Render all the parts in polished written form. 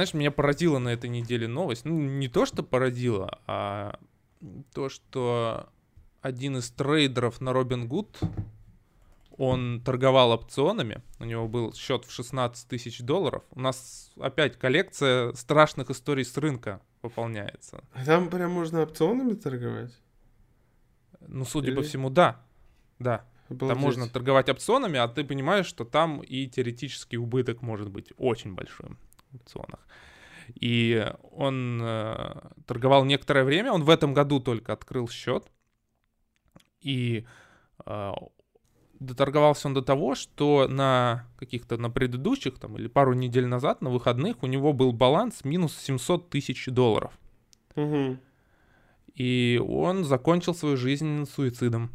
знаешь, меня поразила на этой неделе новость. Ну, не то, что поразила, а то, что один из трейдеров на Robinhood, он торговал опционами, у него был счет в $16 000. У нас опять коллекция страшных историй с рынка пополняется. А там прям можно опционами торговать? Ну, судя по Или? всему, да. Да. Там можно Обалдеть. торговать опционами, а ты понимаешь, что там и теоретический убыток может быть очень большим в опционах. И он торговал некоторое время, он в этом году только открыл счет, и э, доторговался он до того, что на каких-то, на предыдущих, там, или пару недель назад, на выходных, у него был баланс минус $700 000. Угу. И он закончил свою жизнь суицидом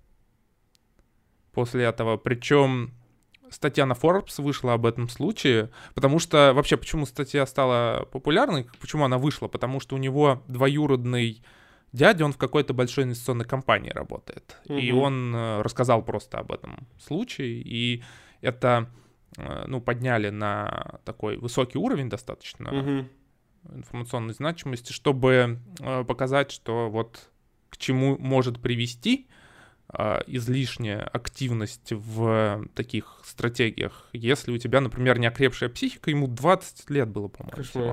после этого. Причем статья на Forbes вышла об этом случае, потому что вообще почему статья стала популярной, почему она вышла, потому что у него двоюродный дядя, он в какой-то большой инвестиционной компании работает, и Угу. он рассказал просто об этом случае, и это, ну, подняли на такой высокий уровень достаточно Угу. информационной значимости, чтобы показать, что вот к чему может привести излишняя активность в таких стратегиях, если у тебя, например, неокрепшая психика, ему 20 лет было, по-моему, Кошмар. всего.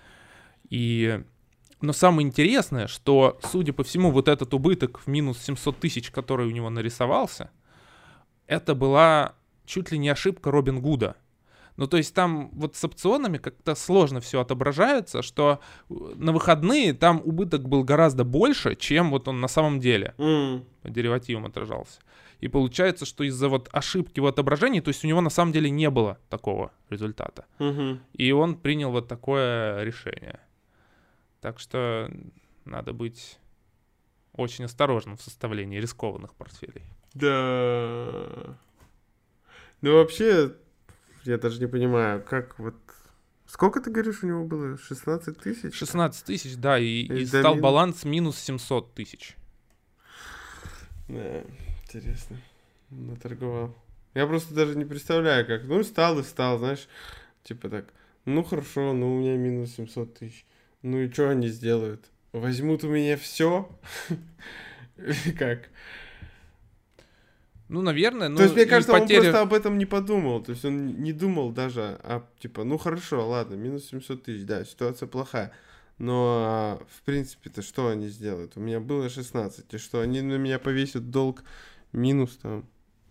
Но самое интересное, что, судя по всему, вот этот убыток в минус 700 000, который у него нарисовался, это была чуть ли не ошибка Робин Гуда. Ну, то есть там вот с опционами как-то сложно все отображается, что на выходные там убыток был гораздо больше, чем вот он на самом деле по деривативам отражался. И получается, что из-за вот ошибки в отображении, то есть у него на самом деле не было такого результата. Угу. И он принял вот такое решение. Так что надо быть очень осторожным в составлении рискованных портфелей. Да. Ну, вообще, я даже не понимаю, как вот... Сколько, ты говоришь, у него было? 16 тысяч? 16 000, да, и до стал мин- баланс минус 700 000. Да, интересно. Наторговал. Я просто даже не представляю, как. Ну, стал и стал, знаешь. Типа так. Ну, хорошо, ну, у меня минус 700 тысяч. Ну, и что они сделают? Возьмут у меня все? Как? Ну, наверное, То есть, ну мне и кажется, он потеря... просто об этом не подумал. То есть, он не думал даже, типа, ну, хорошо, ладно, минус 700 тысяч, да, ситуация плохая. Но, в принципе-то, что они сделают? У меня было 16, и что, они на меня повесят долг минус, там,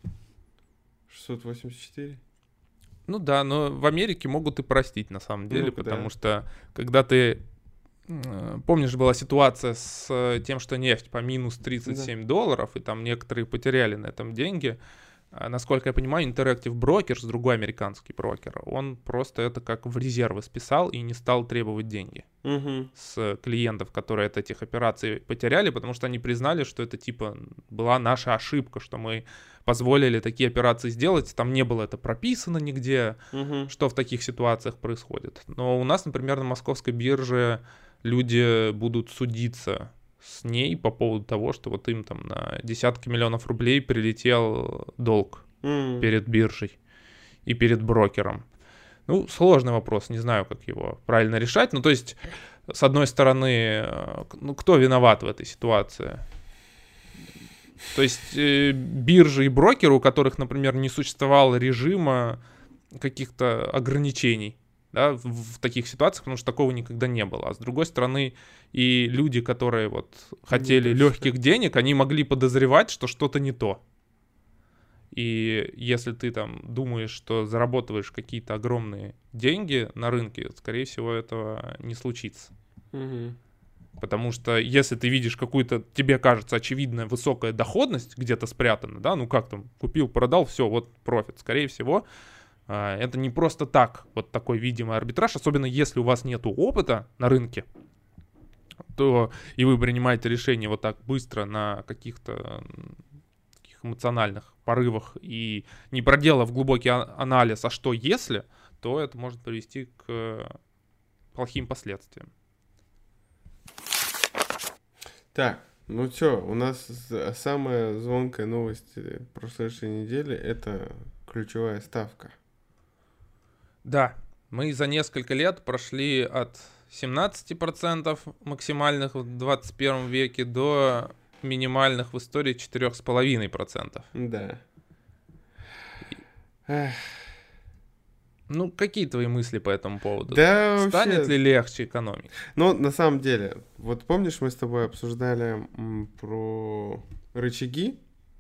684? Ну да, но в Америке могут и простить на самом деле, Ну, потому да. что когда ты... Помнишь, была ситуация с тем, что нефть по минус Да. $37, и там некоторые потеряли на этом деньги. Насколько я понимаю, Interactive Brokers, другой американский брокер, он просто это как в резервы списал и не стал требовать деньги Угу. с клиентов, которые от этих операций потеряли, потому что они признали, что это типа была наша ошибка, что мы позволили такие операции сделать. Там не было это прописано нигде, Угу. что в таких ситуациях происходит. Но у нас, например, на московской бирже люди будут судиться с ней по поводу того, что вот им там на десятки миллионов рублей прилетел долг перед биржей и перед брокером. Ну, сложный вопрос, не знаю, как его правильно решать. Ну, то есть, с одной стороны, ну, кто виноват в этой ситуации? То есть, биржи и брокеры, у которых, например, не существовало режима каких-то ограничений, да, в таких ситуациях, потому что такого никогда не было. А с другой стороны, и люди, которые вот хотели легких денег, они могли подозревать, что что-то не то. И если ты там думаешь, что заработаешь какие-то огромные деньги на рынке, скорее всего, этого не случится. Угу. Потому что если ты видишь какую-то, тебе кажется, очевидная высокая доходность где-то спрятана, да, ну как там, купил, продал, все, вот профит. Скорее всего, это не просто так, вот такой видимый арбитраж, особенно если у вас нет опыта на рынке, то и вы принимаете решение вот так быстро на каких-то таких эмоциональных порывах и не проделав глубокий анализ, а что если, то это может привести к плохим последствиям. Так, ну что, у нас самая звонкая новость прошедшей недели — это ключевая ставка. Да, Мы за несколько лет прошли от 17% максимальных в 21 веке до минимальных в истории 4,5%. Да. Ну, какие твои мысли по этому поводу? Да, Станет вообще... ли легче экономить? Ну, на самом деле, вот помнишь, мы с тобой обсуждали про рычаги,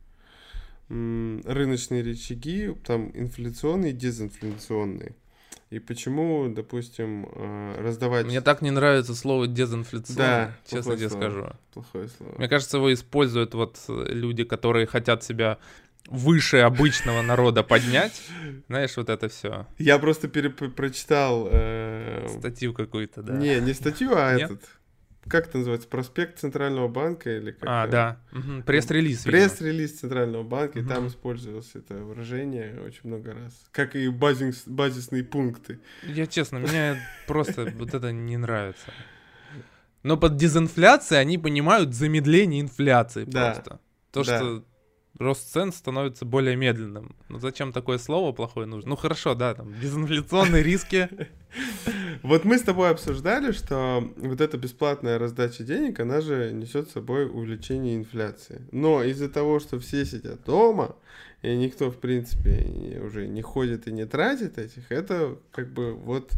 рыночные рычаги, там инфляционные и дезинфляционные. И почему, допустим, раздавать... Мне так не нравится слово дезинфляционный, Да, честно тебе скажу. Плохое слово. Мне кажется, его используют вот люди, которые хотят себя выше обычного народа поднять. Знаешь, вот это все. Я просто прочитал... Статью какую-то, да. Не статью, а Нет? этот... Как это называется? Проспект Центрального банка или как? Да. Угу. Пресс-релиз. Пресс-релиз Центрального банка, и там использовалось это выражение очень много раз. Как и базисные пункты. Я честно, мне просто вот это не нравится. Но под дезинфляцией они понимают замедление инфляции просто. То, что рост цен становится более медленным. Ну зачем такое слово плохое нужно? Ну хорошо, да, там дезинфляционные риски. Вот мы с тобой обсуждали, что вот эта бесплатная раздача денег, она же несет с собой увеличение инфляции. Но из-за того, что все сидят дома, и никто, в принципе, уже не ходит и не тратит этих, это как бы вот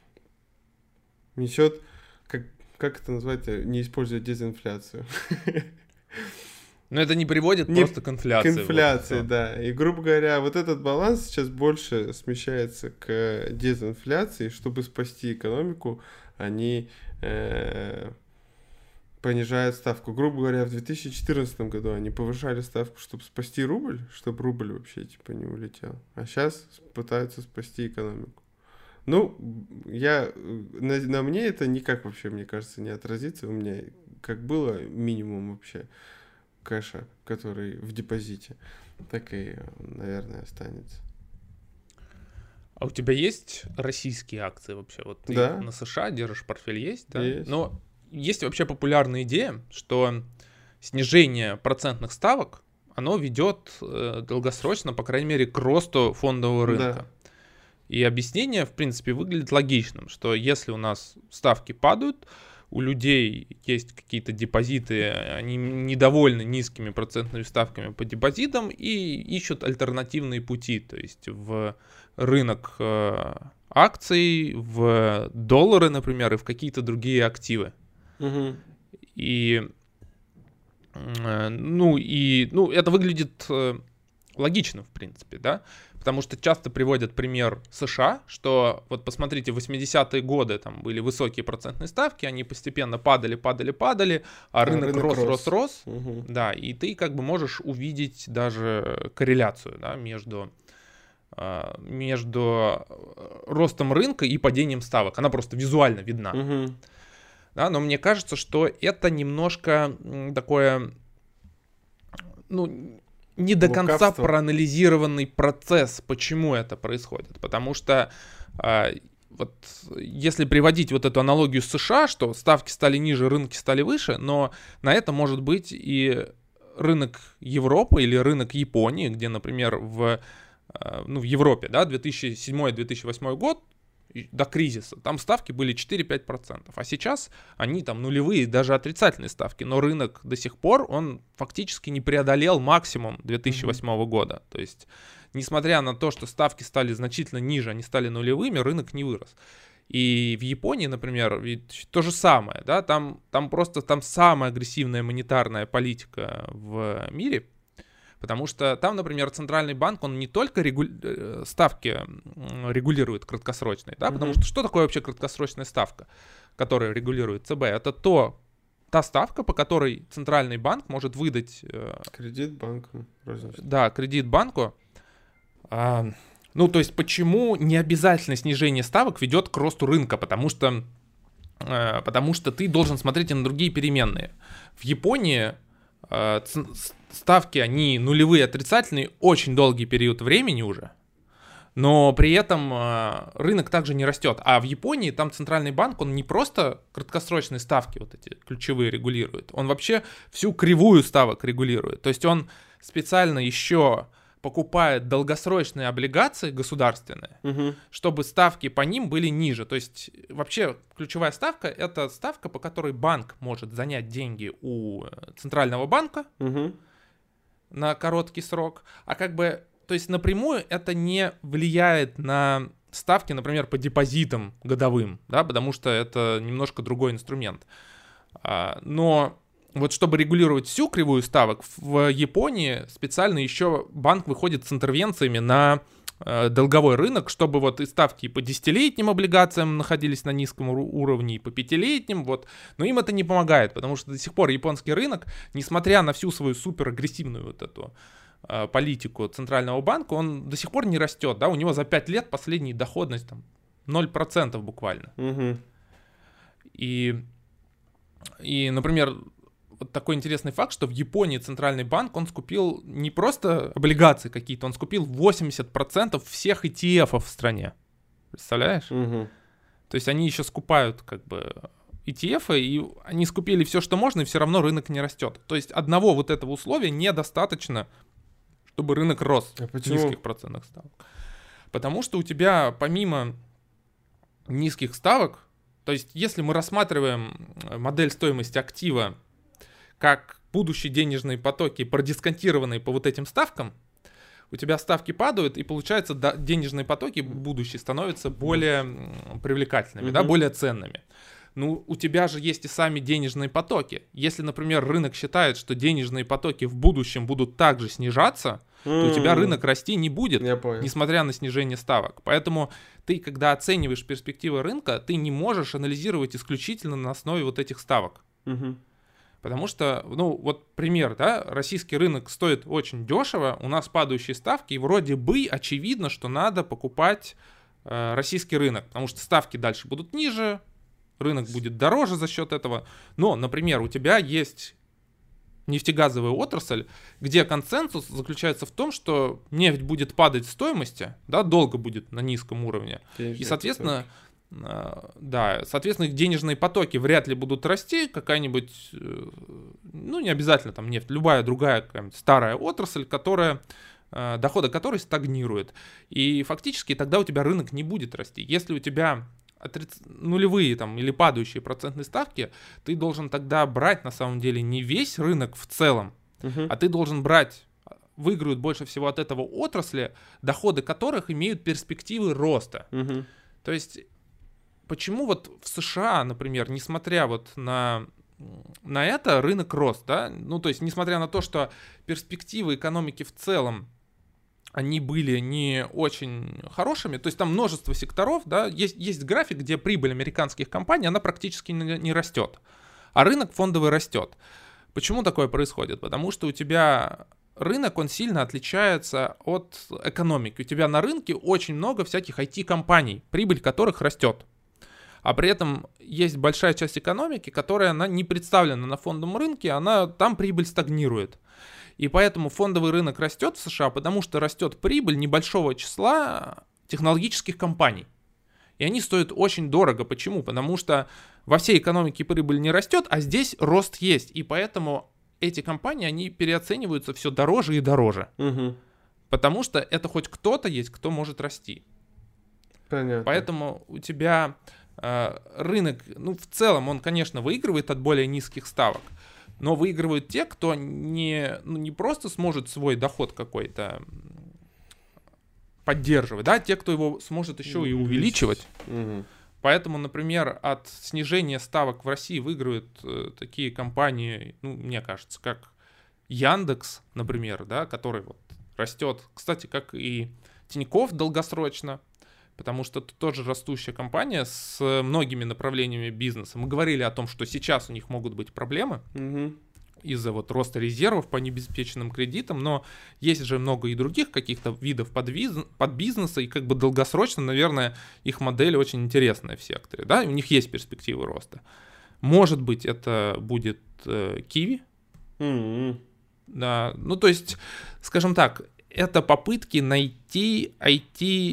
несет, как это назвать, не используя дезинфляцию. Но это не приводит просто к инфляции. К инфляции, вот, да. И, грубо говоря, вот этот баланс сейчас больше смещается к дезинфляции. Чтобы спасти экономику, они понижают ставку. Грубо говоря, в 2014 году они повышали ставку, чтобы спасти рубль, чтобы рубль вообще типа не улетел. А сейчас пытаются спасти экономику. Ну, на мне это никак вообще, мне кажется, не отразится. У меня как было минимум вообще кэша, который в депозите, так и, наверное, останется. А у тебя есть российские акции вообще? Вот ты на США держишь портфель, есть? Да? Есть. Но есть вообще популярная идея, что снижение процентных ставок, оно ведет долгосрочно, по крайней мере, к росту фондового рынка. Да. И объяснение, в принципе, выглядит логичным, что если у нас ставки падают, у людей есть какие-то депозиты, они недовольны низкими процентными ставками по депозитам и ищут альтернативные пути, то есть в рынок акций, в доллары, например, и в какие-то другие активы. Угу. И это выглядит логично, в принципе, да, потому что часто приводят пример США, что вот посмотрите, в 80-е годы там были высокие процентные ставки, они постепенно падали, а рынок рос. Угу. Да, и ты как бы можешь увидеть даже корреляцию, да, между ростом рынка и падением ставок. Она просто визуально видна. Угу. Да, но мне кажется, что это немножко такое, не до конца проанализированный процесс, почему это происходит. Потому что вот если приводить вот эту аналогию с США, что ставки стали ниже, рынки стали выше, но на это может быть и рынок Европы или рынок Японии, где, например, в Европе, да, 2007-2008 год, до кризиса, там ставки были 4-5%, а сейчас они там нулевые, даже отрицательные ставки, но рынок до сих пор, он фактически не преодолел максимум 2008 года, то есть, несмотря на то, что ставки стали значительно ниже, они стали нулевыми, рынок не вырос. И в Японии, например, ведь то же самое, да, там самая агрессивная монетарная политика в мире. Потому что там, например, центральный банк, он не только ставки регулирует краткосрочные, да, потому что такое вообще краткосрочная ставка, которая регулирует ЦБ? Это та ставка, по которой центральный банк может выдать... Кредит банку. Да, кредит банку. То есть почему необязательное снижение ставок ведет к росту рынка? Потому что ты должен смотреть и на другие переменные. В Японии ставки, они нулевые, отрицательные, очень долгий период времени уже, но при этом рынок также не растет. А в Японии там центральный банк, он не просто краткосрочные ставки вот эти ключевые регулирует, он вообще всю кривую ставок регулирует. То есть он специально еще покупает долгосрочные облигации государственные, чтобы ставки по ним были ниже. То есть вообще ключевая ставка — это ставка, по которой банк может занять деньги у центрального банка на короткий срок, а как бы, то есть напрямую это не влияет на ставки, например, по депозитам годовым, да, потому что это немножко другой инструмент. Но вот чтобы регулировать всю кривую ставок, в Японии специально еще банк выходит с интервенциями на долговой рынок, чтобы вот и ставки и по десятилетним облигациям находились на низком уровне, и по пятилетним, вот. Но им это не помогает, потому что до сих пор японский рынок, несмотря на всю свою суперагрессивную вот эту политику центрального банка, он до сих пор не растет, да, у него за 5 лет последняя доходность там 0% буквально. И, например, вот такой интересный факт, что в Японии центральный банк, он скупил не просто облигации какие-то, он скупил 80% всех ETF-ов в стране. Представляешь? То есть они еще скупают как бы ETF-ы, и они скупили все, что можно, и все равно рынок не растет. То есть одного вот этого условия недостаточно, чтобы рынок рос в низких процентных ставок. Потому что у тебя помимо низких ставок, то есть если мы рассматриваем модель стоимости актива как будущие денежные потоки, продисконтированные по вот этим ставкам, у тебя ставки падают, и получается денежные потоки будущие становятся более привлекательными, да, более ценными. Ну, у тебя же есть и сами денежные потоки. Если, например, рынок считает, что денежные потоки в будущем будут также снижаться, то у тебя рынок расти не будет, несмотря на снижение ставок. Поэтому ты, когда оцениваешь перспективы рынка, ты не можешь анализировать исключительно на основе вот этих ставок. Потому что, ну, вот пример, да, российский рынок стоит очень дешево, у нас падающие ставки, и вроде бы очевидно, что надо покупать российский рынок, потому что ставки дальше будут ниже, рынок будет дороже за счет этого. Но, например, у тебя есть нефтегазовая отрасль, где консенсус заключается в том, что нефть будет падать в стоимости, да, долго будет на низком уровне, и, соответственно... Да, соответственно, денежные потоки вряд ли будут расти, какая-нибудь, ну, не обязательно там нефть, любая другая какая-нибудь старая отрасль, которая, доходы которой стагнируют. И фактически тогда у тебя рынок не будет расти. Если у тебя нулевые там или падающие процентные ставки, ты должен тогда брать на самом деле не весь рынок в целом, а ты должен брать, выиграют больше всего от этого отрасли, доходы которых имеют перспективы роста. То есть почему вот в США, например, несмотря вот на это, рынок рос, да? Ну, то есть, несмотря на то, что перспективы экономики в целом, они были не очень хорошими, то есть там множество секторов, да, есть график, где прибыль американских компаний, она практически не растет, а рынок фондовый растет. Почему такое происходит? Потому что у тебя рынок, он сильно отличается от экономики. У тебя на рынке очень много всяких IT-компаний, прибыль которых растет. А при этом есть большая часть экономики, которая она не представлена на фондовом рынке, там прибыль стагнирует. И поэтому фондовый рынок растет в США, потому что растет прибыль небольшого числа технологических компаний. И они стоят очень дорого. Почему? Потому что во всей экономике прибыль не растет, а здесь рост есть. И поэтому эти компании, они переоцениваются все дороже и дороже. Потому что это хоть кто-то есть, кто может расти. Понятно. Поэтому у тебя рынок, ну, в целом, он, конечно, выигрывает от более низких ставок, но выигрывают те, кто не просто сможет свой доход какой-то поддерживать, да, те, кто его сможет еще и увеличивать. Поэтому, например, от снижения ставок в России выигрывают такие компании, ну, мне кажется, как Яндекс, например, да, который вот растет, кстати, как и Тинькофф долгосрочно, потому что это тоже растущая компания с многими направлениями бизнеса. Мы говорили о том, что сейчас у них могут быть проблемы из-за вот роста резервов по необеспеченным кредитам, но есть же много и других каких-то видов подбизнеса, и как бы долгосрочно, наверное, их модель очень интересная в секторе, да, у них есть перспективы роста. Может быть, это будет Kiwi, да, ну то есть, скажем так, это попытки найти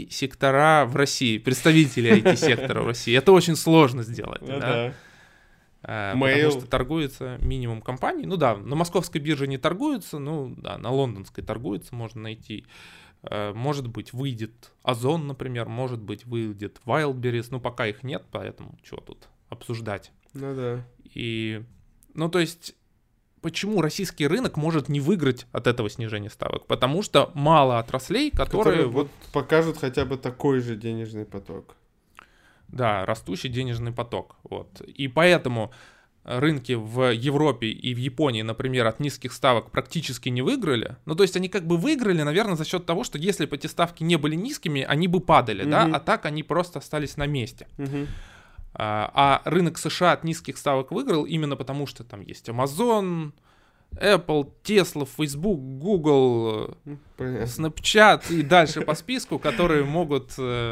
IT-сектора в России, представителей IT-сектора в России. Это очень сложно сделать. Да? Потому что торгуется минимум компаний. Ну да, на московской бирже не торгуется, ну да, на лондонской торгуется, можно найти. Может быть, выйдет Озон, например, может быть, выйдет Wildberries, ну пока их нет, поэтому что тут обсуждать. Ну да. И, ну то есть, почему российский рынок может не выиграть от этого снижения ставок? Потому что мало отраслей, которые вот покажут хотя бы такой же денежный поток. Да, растущий денежный поток. Вот. И поэтому рынки в Европе и в Японии, например, от низких ставок практически не выиграли. Ну, то есть они как бы выиграли, наверное, за счет того, что если бы эти ставки не были низкими, они бы падали, да, а так они просто остались на месте. А рынок США от низких ставок выиграл именно потому, что там есть Amazon, Apple, Tesla, Facebook, Google, Snapchat и дальше по списку, которые могут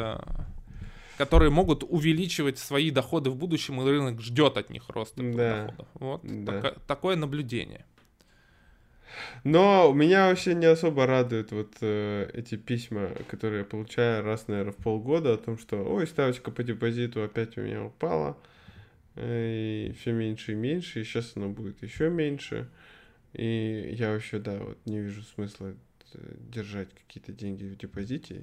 увеличивать свои доходы в будущем, и рынок ждет от них роста доходов. Вот такое наблюдение. Но меня вообще не особо радуют вот эти письма, которые я получаю раз, наверное, в полгода о том, что ой, ставочка по депозиту опять у меня упала, и все меньше и меньше, и сейчас она будет еще меньше. И я вообще, да, вот не вижу смысла держать какие-то деньги в депозите.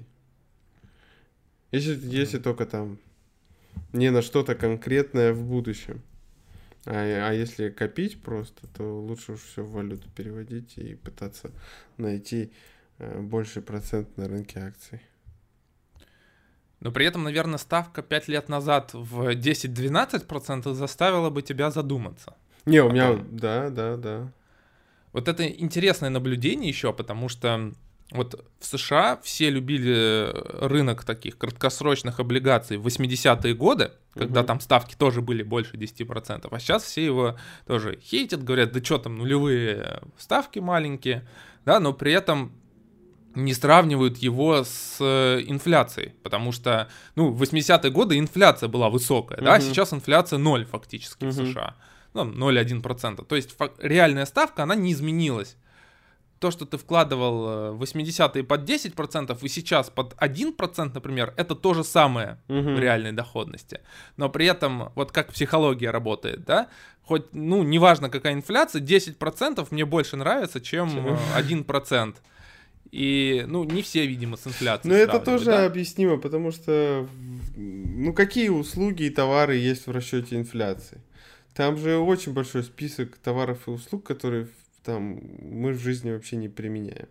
Если только там не на что-то конкретное в будущем. А если копить просто, то лучше уж все в валюту переводить и пытаться найти больший процент на рынке акций. Но при этом, наверное, ставка 5 лет назад в 10-12% заставила бы тебя задуматься. Не, у меня... Да. Вот это интересное наблюдение еще, потому что вот в США все любили рынок таких краткосрочных облигаций в 80-е годы, когда там ставки тоже были больше 10%, а сейчас все его тоже хейтят, говорят, да что там, нулевые ставки маленькие, да, но при этом не сравнивают его с инфляцией, потому что, ну, в 80-е годы инфляция была высокая, да, сейчас инфляция 0 фактически в США, ну, 0,1%, то есть реальная ставка, она не изменилась. То, что ты вкладывал в 80-е под 10% и сейчас под 1%, например, это то же самое в реальной доходности. Но при этом, вот как психология работает, да, хоть, ну, неважно какая инфляция, 10% мне больше нравится, чем 1%. И, ну, не все, видимо, с инфляцией. Но это тоже объяснимо, потому что, ну, какие услуги и товары есть в расчете инфляции? Там же очень большой список товаров и услуг, которые там мы в жизни вообще не применяем.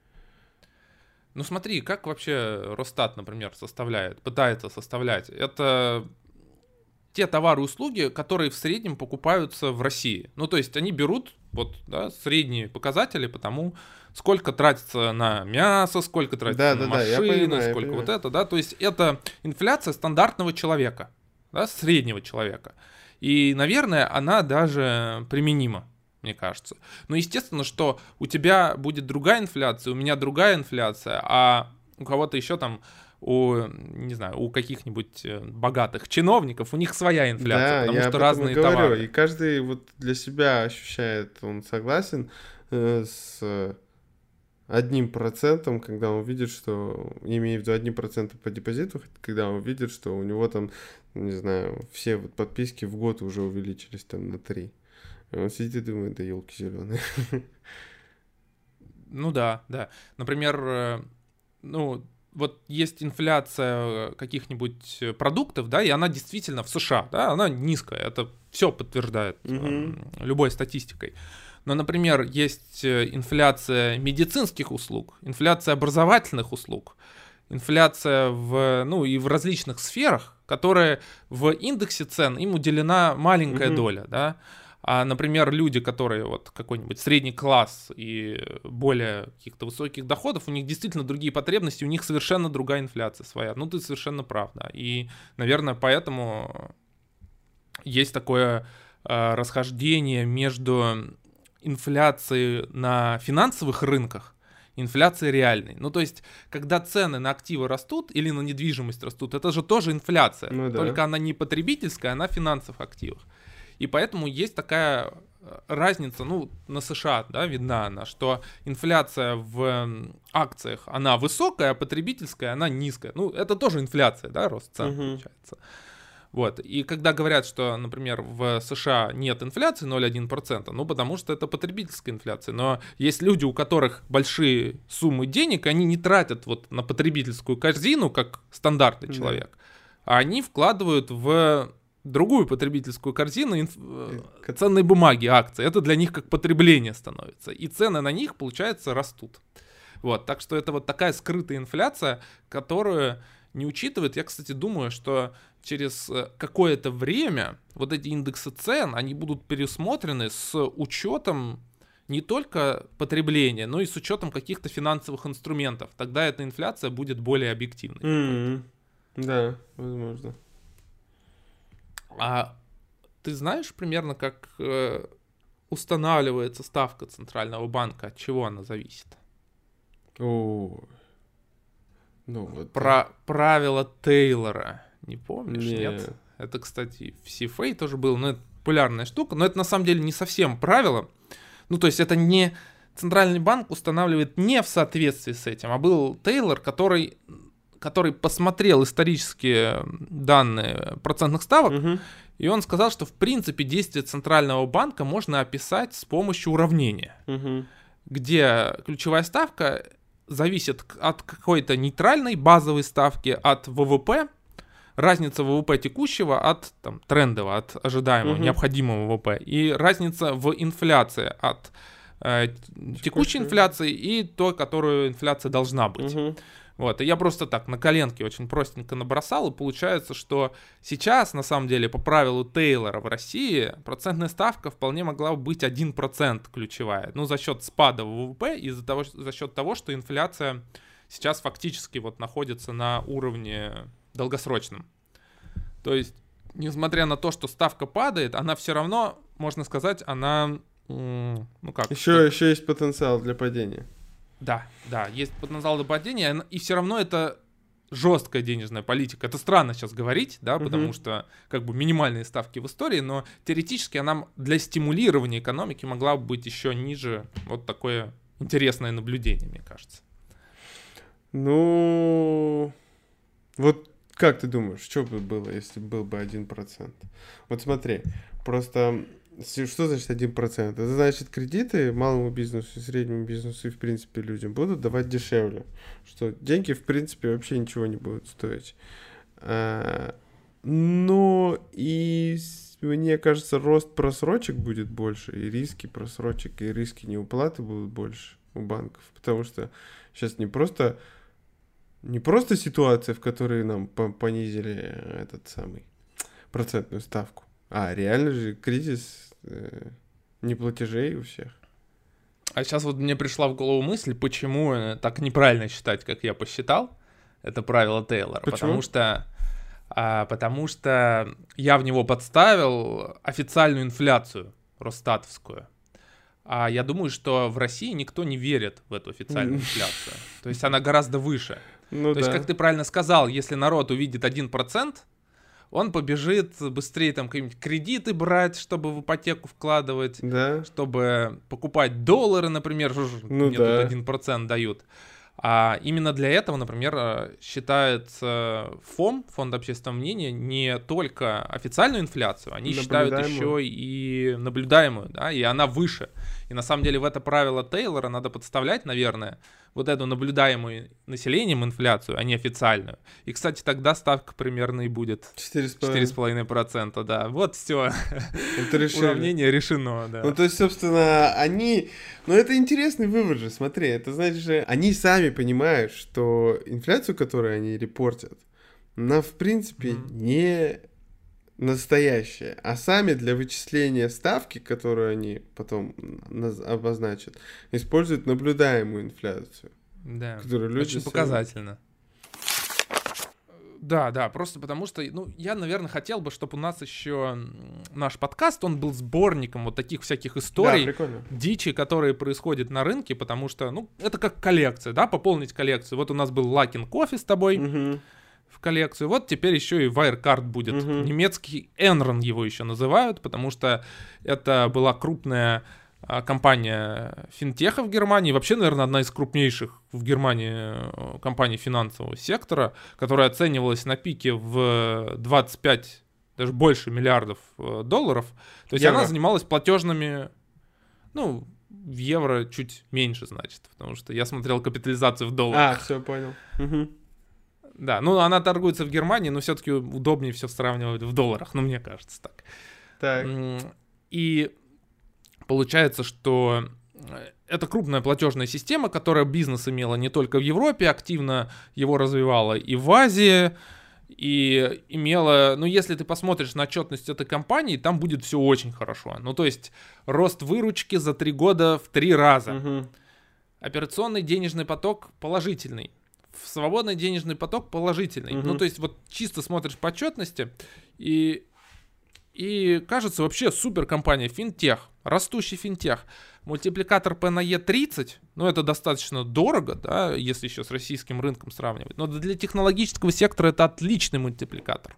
Ну смотри, как вообще Росстат, например, пытается составлять. Это те товары и услуги, которые в среднем покупаются в России. Ну то есть они берут вот, да, средние показатели по тому, сколько тратится на мясо, сколько тратится на машины, сколько вот это, да. То есть это инфляция стандартного человека, да, среднего человека. И, наверное, она даже применима, мне кажется. Но естественно, что у тебя будет другая инфляция, у меня другая инфляция, а у кого-то еще там, не знаю, у каких-нибудь богатых чиновников, у них своя инфляция, потому что разные товары. И каждый вот для себя ощущает, он согласен с 1%, когда он видит, что, имея в виду 1% по депозиту, когда он видит, что у него там, не знаю, все вот подписки в год уже увеличились там на 3. Он сидит и думает, да елки зеленые. Ну да. Например, ну вот есть инфляция каких-нибудь продуктов, да, и она действительно в США, да, она низкая, это все подтверждает любой статистикой. Но, например, есть инфляция медицинских услуг, инфляция образовательных услуг, инфляция в различных сферах, которые в индексе цен им уделена маленькая доля, да. А, например, люди, которые вот какой-нибудь средний класс и более каких-то высоких доходов, у них действительно другие потребности, у них совершенно другая инфляция своя. Ну, ты совершенно прав, да. И, наверное, поэтому есть такое расхождение между инфляцией на финансовых рынках, инфляцией реальной. Ну, то есть, когда цены на активы растут или на недвижимость растут, это же тоже инфляция. Ну, да. Только она не потребительская, она в финансовых активах. И поэтому есть такая разница, ну, на США, да, видна она, что инфляция в акциях, она высокая, а потребительская, она низкая. Ну, это тоже инфляция, да, рост цен получается. Вот. И когда говорят, что, например, в США нет инфляции 0,1%, ну, потому что это потребительская инфляция. Но есть люди, у которых большие суммы денег, они не тратят вот на потребительскую корзину, как стандартный человек, а они вкладывают в другую потребительскую корзину ценные бумаги, акции. Это для них как потребление становится. И цены на них, получается, растут. Вот. Так что это вот такая скрытая инфляция, которую не учитывает. Я, кстати, думаю, что через какое-то время вот эти индексы цен, они будут пересмотрены с учетом не только потребления, но и с учетом каких-то финансовых инструментов. Тогда эта инфляция будет более объективной. Да, возможно. А ты знаешь примерно, как устанавливается ставка Центрального банка, от чего она зависит? О, ну вот. Про правила Тейлора. Не помнишь, нет? Это, кстати, в CFA тоже было, но это популярная штука, но это на самом деле не совсем правило. Ну, то есть это не Центральный банк устанавливает не в соответствии с этим, а был Тейлор, который посмотрел исторические данные процентных ставок, и он сказал, что в принципе действие Центрального банка можно описать с помощью уравнения, где ключевая ставка зависит от какой-то нейтральной базовой ставки, от ВВП, разница ВВП текущего от трендового, от ожидаемого, необходимого ВВП, и разница в инфляции от текущей инфляции и той, которую инфляция должна быть. Вот, и я просто так на коленке очень простенько набросал, и получается, что сейчас, на самом деле, по правилу Тейлора в России процентная ставка вполне могла быть 1% ключевая, ну, за счет спада ВВП и за счет того, что инфляция сейчас фактически вот находится на уровне долгосрочном. То есть, несмотря на то, что ставка падает, она все равно, можно сказать, она, ну как... Еще есть потенциал для падения. Да, есть потенциал для падения, и все равно это жесткая денежная политика. Это странно сейчас говорить, да, потому что как бы минимальные ставки в истории, но теоретически она для стимулирования экономики могла бы быть еще ниже. Вот такое интересное наблюдение, мне кажется. Ну, вот как ты думаешь, что бы было, если был бы 1%? Вот смотри, просто... Что значит 1%? Это значит, кредиты малому бизнесу, среднему бизнесу и, в принципе, людям будут давать дешевле. Что деньги, в принципе, вообще ничего не будут стоить. Но и, мне кажется, рост просрочек будет больше, и риски просрочек, и риски неуплаты будут больше у банков. Потому что сейчас не просто ситуация, в которой нам понизили процентную ставку, а реально же кризис неплатежей у всех. А сейчас вот мне пришла в голову мысль, почему так неправильно считать, как я посчитал, это правило Тейлора. Почему? Потому что я в него подставил официальную инфляцию росстатовскую. А я думаю, что в России никто не верит в эту официальную инфляцию. То есть она гораздо выше. То есть, как ты правильно сказал, если народ увидит 1%, он побежит быстрее там какие-нибудь кредиты брать, чтобы в ипотеку вкладывать, чтобы покупать доллары, например, мне тут 1% дают. А именно для этого, например, считается Фонд общественного мнения не только официальную инфляцию, они считают еще и наблюдаемую, да, и она выше. И на самом деле в это правило Тейлора надо подставлять, наверное, вот эту наблюдаемую населением инфляцию, а не официальную. И, кстати, тогда ставка примерно и будет 4,5%, да. Вот все. Уравнение решено, да. Ну, то есть, собственно, Ну, это интересный вывод же, смотри. Это значит же, они сами понимают, что инфляцию, которую они репортят, она, в принципе, не настоящая. А сами для вычисления ставки, которую они потом обозначат, используют наблюдаемую инфляцию. Да, которую люди очень показательно. Да, просто потому что, я, наверное, хотел бы, чтобы у нас еще наш подкаст, он был сборником вот таких всяких историй, дичи, которые происходят на рынке, потому что, это как коллекция, да, пополнить коллекцию. Вот у нас был Luckin Coffee с тобой в коллекцию, вот теперь еще и Wirecard будет. Немецкий Enron его еще называют, потому что это была крупная компания финтеха в Германии, вообще, наверное, одна из крупнейших в Германии компаний финансового сектора, которая оценивалась на пике в 25 даже больше миллиардов долларов. То есть Евро. она занималась платежными, ну, в евро чуть меньше, значит, потому что я смотрел капитализацию в долларах. Все, понял. Мгм. Да, ну она торгуется в Германии, но все-таки удобнее все сравнивать в долларах, ну, мне кажется так. Так. И получается, что это крупная платежная система, которая бизнес имела не только в Европе, активно его развивала и в Азии, и имела, ну, если ты посмотришь на отчетность этой компании, там будет все очень хорошо. Ну, то есть рост выручки за 3 года в 3 раза. Мгм. Операционный денежный поток положительный. Свободный денежный поток положительный. Мгм. Ну, то есть вот чисто смотришь по отчетности, и кажется вообще супер компания, финтех, растущий финтех. Мультипликатор P на E 30, ну это достаточно дорого, да, если еще с российским рынком сравнивать. Но для технологического сектора это отличный мультипликатор.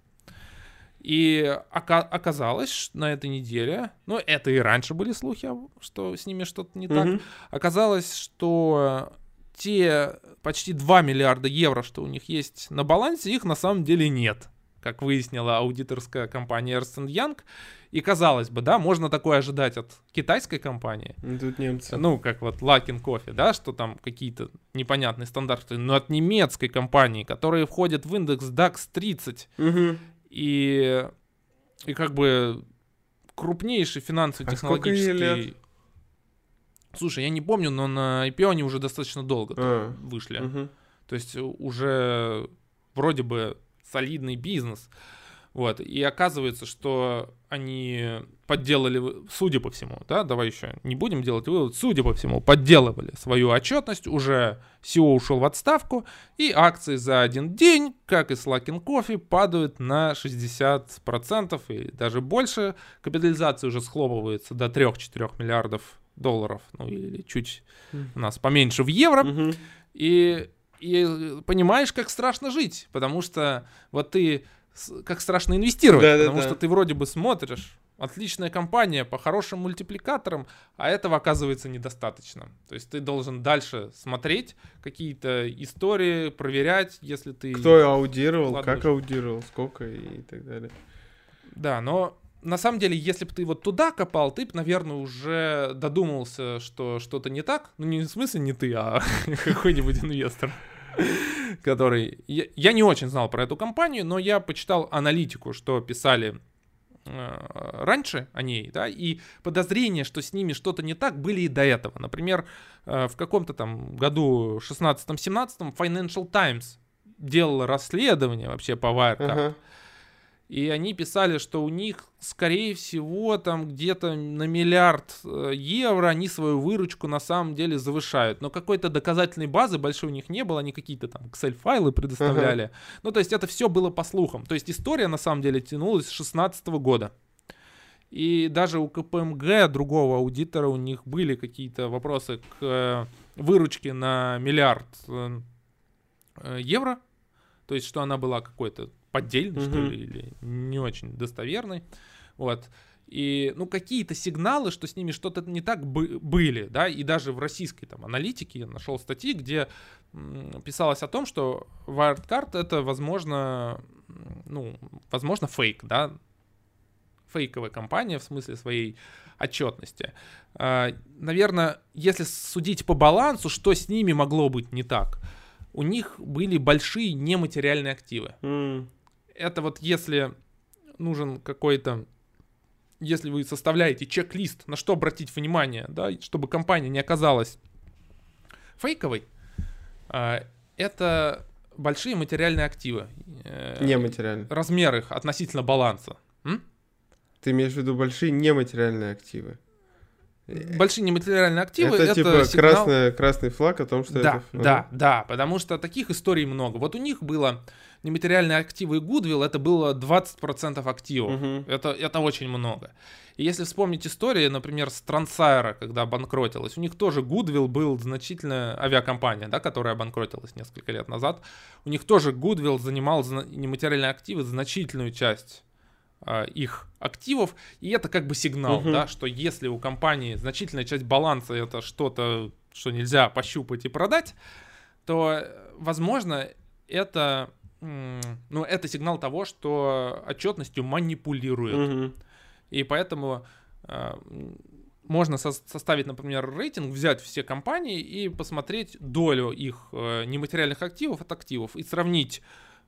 И оказалось на этой неделе, ну это и раньше были слухи, что с ними что-то не так, Мгм. оказалось, что те почти 2 миллиарда евро, что у них есть на балансе, их на самом деле нет, как выяснила аудиторская компания Ernst Young. И казалось бы, да, можно такое ожидать от китайской компании, Ну, тут немцы. ну, как вот Luckin Coffee, да, что там какие-то непонятные стандарты, но от немецкой компании, которые входят в индекс DAX 30, Мгм. и как бы крупнейший финансово-технологический... сколько ей лет? Слушай, я не помню, но на IPO они уже достаточно долго вышли. Мгм. То есть уже вроде бы солидный бизнес. Вот. И оказывается, что они подделали, судя по всему, да, давай еще не будем делать вывод, судя по всему, подделывали свою отчетность, уже CEO ушел в отставку, и акции за один день, как и с Luckin Coffee, падают на 60% и даже больше. Капитализация уже схлопывается до 3-4 миллиардов долларов, ну или чуть у нас поменьше в евро. Мгм. И понимаешь, как страшно жить, потому что вот ты, как страшно инвестировать, Да-да-да. потому что ты вроде бы смотришь, отличная компания по хорошим мультипликаторам, а этого оказывается недостаточно. То есть ты должен дальше смотреть какие-то истории, проверять, если ты... Кто аудировал, вкладываешь. как аудировал, сколько и так далее. Да, но на самом деле, если бы ты вот туда копал, ты бы, наверное, уже додумался, что что-то не так. Ну, не в смысле не ты, а какой-нибудь инвестор, который... Я не очень знал про эту компанию, но я почитал аналитику, что писали раньше о ней, да, и подозрения, что с ними что-то не так, были и до этого. Например, в каком-то там году 16-17 Financial Times делала расследование вообще по Wirecard. Ага. И они писали, что у них, скорее всего, там где-то на миллиард евро они свою выручку на самом деле завышают. Но какой-то доказательной базы большой у них не было, они какие-то там Excel-файлы предоставляли. Ну, то есть это все было по слухам. То есть история на самом деле тянулась с 2016 года. И даже у КПМГ, другого аудитора, у них были какие-то вопросы к выручке на миллиард евро. То есть, что она была какой-то поддельный, что ли, или не очень достоверный. Вот. И, ну, какие-то сигналы, что с ними что-то не так были, да, и даже в российской там аналитике я нашел статьи, где писалось о том, что Wirecard это, возможно, ну, возможно, фейк, да, фейковая компания в смысле своей отчетности. Наверное, если судить по балансу, что с ними могло быть не так, у них были большие нематериальные активы. Это вот если нужен какой-то, если вы составляете чек-лист, на что обратить внимание, да, чтобы компания не оказалась фейковой, это большие материальные активы. Нематериальные. Размер их относительно баланса. Ты имеешь в виду большие нематериальные активы? Большие нематериальные активы — это типа сигнал... красный флаг о том, что да, это... Да, потому что таких историй много. Вот у них было нематериальные активы и Goodwill, это было 20% активов. Это очень много. И если вспомнить историю, например, с Трансайра, когда обанкротилась, у них тоже Goodwill был значительная авиакомпания, да, которая обанкротилась несколько лет назад. У них тоже Goodwill занимал нематериальные активы значительную часть их активов, и это как бы сигнал, да, что если у компании значительная часть баланса это что-то, что нельзя пощупать и продать, то, возможно, это ну, это сигнал того, что отчетностью манипулируют. И поэтому можно составить, например, рейтинг, взять все компании и посмотреть долю их нематериальных активов от активов и сравнить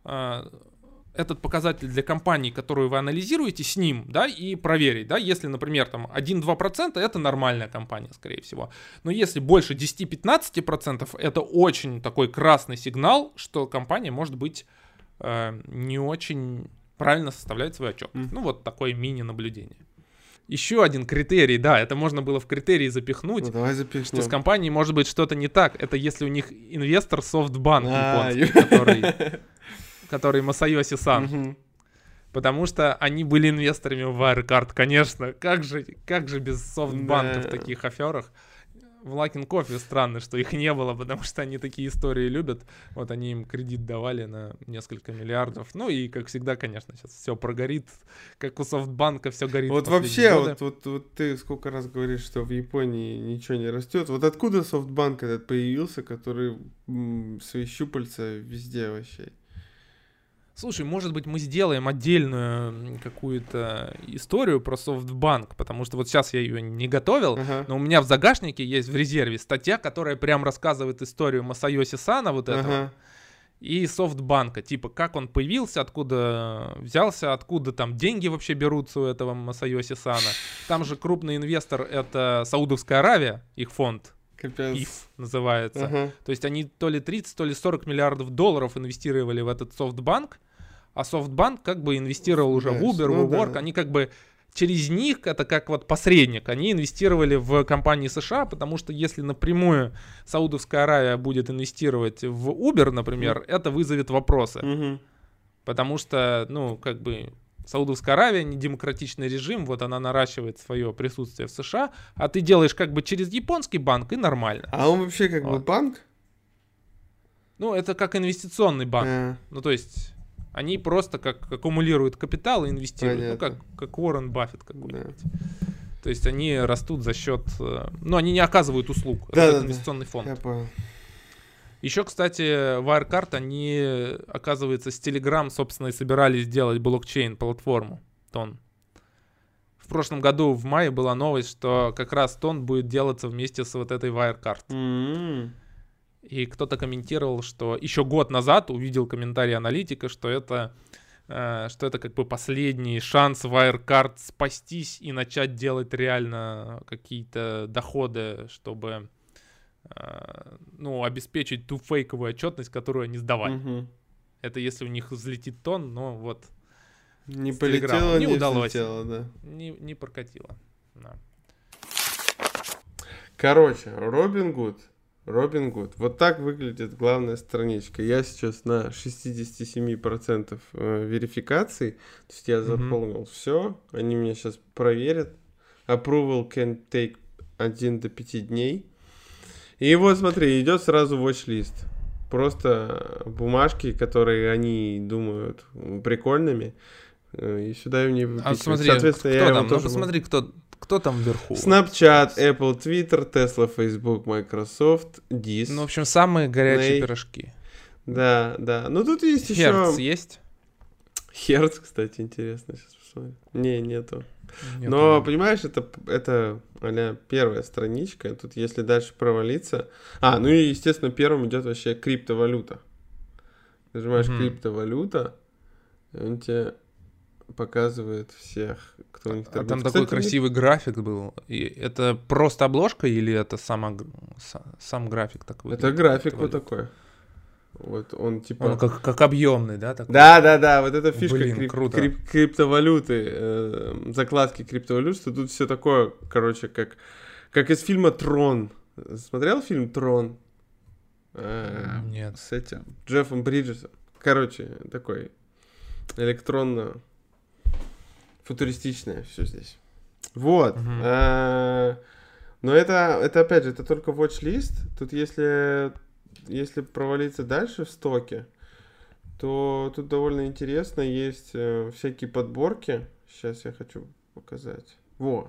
этот показатель для компании, которую вы анализируете, с ним, да, и проверить, да, если, например, там 1-2% это нормальная компания, скорее всего, но если больше 10-15%, это очень такой красный сигнал, что компания может быть не очень правильно составляет свой отчет. Ну, вот такое мини-наблюдение. Еще один критерий, да, это можно было в критерии запихнуть, ну, давай запихнем. Что с компанией может быть что-то не так. Это если у них инвестор SoftBank японский, который Масайоси Сан. Потому что они были инвесторами в Wirecard, конечно. Как же без SoftBank в таких аферах? В Luckin Coffee странно, что их не было, потому что они такие истории любят. Вот они им кредит давали на несколько миллиардов. Ну и, как всегда, конечно, сейчас все прогорит, как у Софтбанка все горит. Вот вообще, вот ты сколько раз говоришь, что в Японии ничего не растет. Вот откуда Софтбанк этот появился, который свои щупальца везде вообще? Слушай, может быть, мы сделаем отдельную какую-то историю про SoftBank, потому что вот сейчас я ее не готовил, но у меня в загашнике есть в резерве статья, которая прям рассказывает историю Масайоси Сана вот этого и SoftBank, типа как он появился, откуда взялся, откуда там деньги вообще берутся у этого Масайоси Сана. Там же крупный инвестор — это Саудовская Аравия, их фонд. ПИФ называется. То есть они то ли 30, то ли 40 миллиардов долларов инвестировали в этот SoftBank, а SoftBank как бы инвестировал уже в Uber, в WeWork. Они как бы через них, это как вот посредник, они инвестировали в компании США, потому что если напрямую Саудовская Аравия будет инвестировать в Uber, например, это вызовет вопросы. Потому что, ну, как бы Саудовская Аравия, не демократичный режим, вот она наращивает свое присутствие в США, а ты делаешь как бы через японский банк, и нормально. А он вообще как бы банк? Ну, это как инвестиционный банк. Ну, то есть они просто как аккумулируют капитал и инвестируют. Понятно. Ну, как Уоррен Баффет какой-нибудь. То есть они растут за счет... Ну, они не оказывают услуг. Это инвестиционный фонд. Я понял. Еще, кстати, Wirecard, они, оказывается, с Telegram, собственно, и собирались сделать блокчейн-платформу Тон. В прошлом году, в мае, была новость, что как раз Тон будет делаться вместе с вот этой Wirecard. И кто-то комментировал, что еще год назад увидел комментарий аналитика, что это как бы последний шанс Wirecard спастись и начать делать реально какие-то доходы, чтобы... ну, обеспечить ту фейковую отчетность, которую они сдавали. Это если у них взлетит Тон, но вот не полетело, не удалось. Взлетело, да. Не прокатило. Да. Короче, Robinhood. Вот так выглядит главная страничка. Я сейчас на 67% верификации. То есть я заполнил все. Они меня сейчас проверят. Approval can take 1 до 5 дней. И вот смотри, идет сразу watch-лист. Просто бумажки, которые они думают прикольными. И сюда им не выписывают. Смотри, соответственно, кто там? Ну посмотри, кто там вверху. Snapchat, Apple, Twitter, Tesla, Facebook, Microsoft, Diz. Ну, в общем, самые горячие пирожки. Да. Ну, тут есть еще... Hertz есть? Hertz, кстати, интересно. Сейчас посмотрим. Нету. Но, понимаешь, это а-ля первая страничка. Тут, если дальше провалиться... ну и, естественно, первым идет вообще криптовалюта. Нажимаешь криптовалюта, и он тебе показывает всех, кто у них торгует. Там такой красивый график был. И это просто обложка или это сам график такой? Это график вот такой. Вот он типа... Он как объемный, да? Такой? Да, вот эта фишка круто. закладки криптовалют, что тут все такое, короче, как из фильма «Трон». Смотрел фильм «Трон»? Нет. С этим Джеффом Бриджесом. Короче, такой электронно-футуристичное все здесь. Вот. Но это опять же, это только watch-лист. Тут если провалиться дальше в стоке, то тут довольно интересно. Есть всякие подборки. Сейчас я хочу показать. Вот,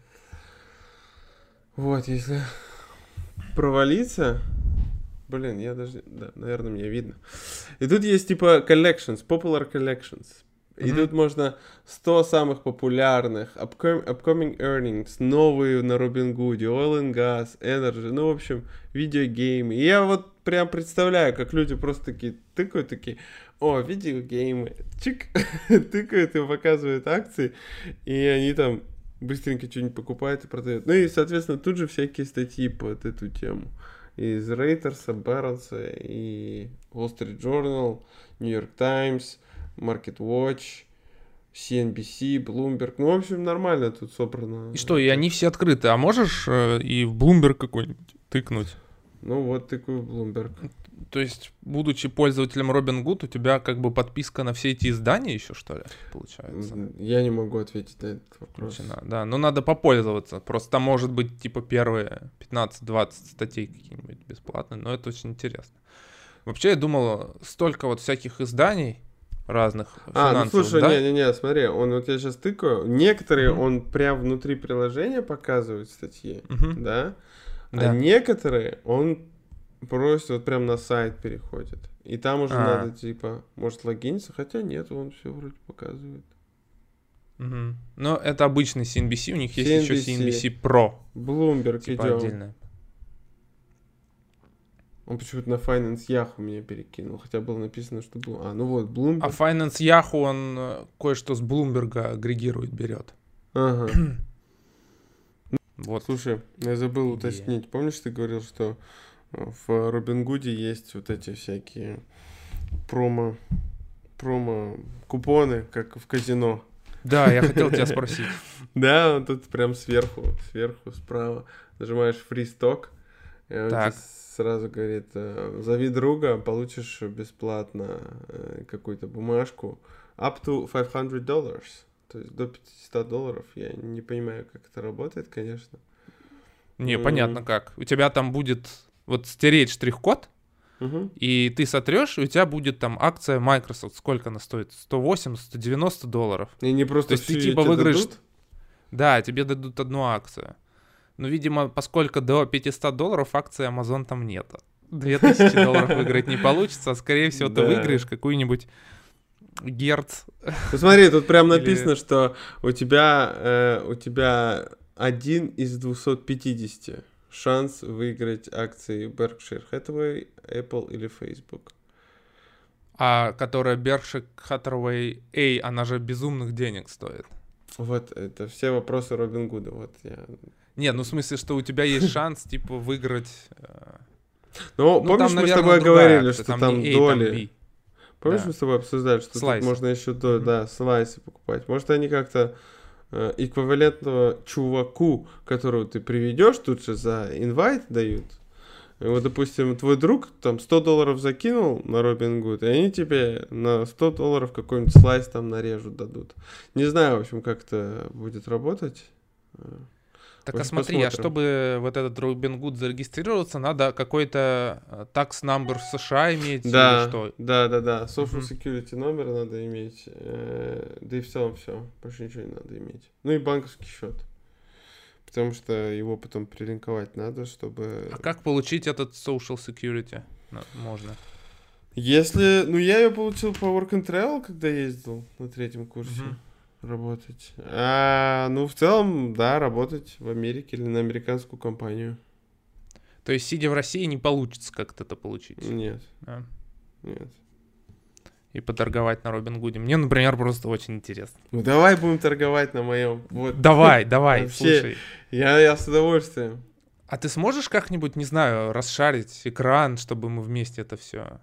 если провалиться... Блин, я даже... Да, наверное, мне видно. И тут есть типа collections, popular collections. И тут можно 100 самых популярных, upcoming earnings, новые на Robinhood, oil and gas, energy, ну, в общем, видеогеймы. И я вот прям представляю, как люди просто такие тыкают, такие, о, видеогеймы, чик, тыкают и показывают акции, и они там быстренько что-нибудь покупают и продают. Ну и, соответственно, тут же всякие статьи под эту тему. Из Рейтерса, Барронса и Wall Street Journal, New York Times, Market Watch, CNBC, Bloomberg. Ну, в общем, нормально тут собрано. И что, и они все открыты. А можешь и в Bloomberg какой-нибудь тыкнуть? Ну, вот такой Bloomberg. То есть, будучи пользователем Robinhood, у тебя как бы подписка на все эти издания еще, что ли, получается? Я не могу ответить на этот вопрос. Да, но надо попользоваться. Просто там может быть, типа, первые 15-20 статей какие-нибудь бесплатные, но это очень интересно. Вообще, я думал, столько вот всяких изданий разных финансовых, ну слушай, да? не, смотри, он вот я сейчас тыкаю, некоторые он прям внутри приложения показывает статьи, да? А некоторые он просит вот прям на сайт переходит. И там уже надо, типа, может логиниться, хотя нет, он все вроде показывает. Но это обычный CNBC, у них есть еще CNBC Pro. Bloomberg типа идем. Отдельно. Он почему-то на Finance Yahoo меня перекинул, хотя было написано, что... ну вот, Bloomberg. А Finance Yahoo, он кое-что с Bloomberg агрегирует, берет. Ага. Вот. Слушай, я забыл уточнить. Помнишь, ты говорил, что в Robinhood есть вот эти всякие промо-купоны, как в казино? Да, я хотел тебя спросить. Да, тут прям сверху, справа. Нажимаешь Free Stock, и он тебе сразу говорит, зови друга, получишь бесплатно какую-то бумажку up to $500. То есть до $500. Я не понимаю, как это работает, конечно. Не, понятно как. У тебя там будет вот стереть штрих-код, и ты сотрешь, и у тебя будет там акция Microsoft. Сколько она стоит? $180-$190. И не просто то есть ты типа выиграешь... Да, тебе дадут одну акцию. Но, видимо, поскольку до $500 акции Amazon там нет. $2000 выиграть не получится, а скорее всего ты выиграешь какую-нибудь Герц. Посмотри, тут прям написано, что у тебя 1 из 250 шанс выиграть акции Berkshire Hathaway, Apple или Facebook. А которая Berkshire Hathaway A, она же безумных денег стоит. Вот, это все вопросы Робин-Гуда. Вот я... Не, ну в смысле, что у тебя есть шанс, типа, выиграть... Ну, помнишь, там, мы с наверное, тобой говорили, акция, что там доли... Там Помнишь, мы с тобой обсуждали, что тут можно еще слайсы покупать. Может, они как-то эквивалентного чуваку, которого ты приведешь, тут же за инвайт дают. И вот, допустим, твой друг там $100 закинул на Robinhood, и они тебе на $100 какой-нибудь слайс там нарежут, дадут. Не знаю, в общем, как это будет работать. Так, а смотри, а чтобы вот этот Robinhood зарегистрироваться, надо какой-то tax number в США иметь или что? Да. Social Security номер надо иметь. Да и в целом все. Больше ничего не надо иметь. Ну и банковский счет. Потому что его потом прилинковать надо, чтобы... А как получить этот Social Security? Можно. Если... Ну, я ее получил по Work and Travel, когда ездил на 3-м курсе. Работать. Ну, в целом, да, работать в Америке или на американскую компанию. То есть, сидя в России, не получится как-то это получить? Нет. Нет. И поторговать на Robinhood. Мне, например, просто очень интересно. Ну, давай будем торговать на моем. Вот. Давай, слушай. Я с удовольствием. А ты сможешь как-нибудь, не знаю, расшарить экран, чтобы мы вместе это все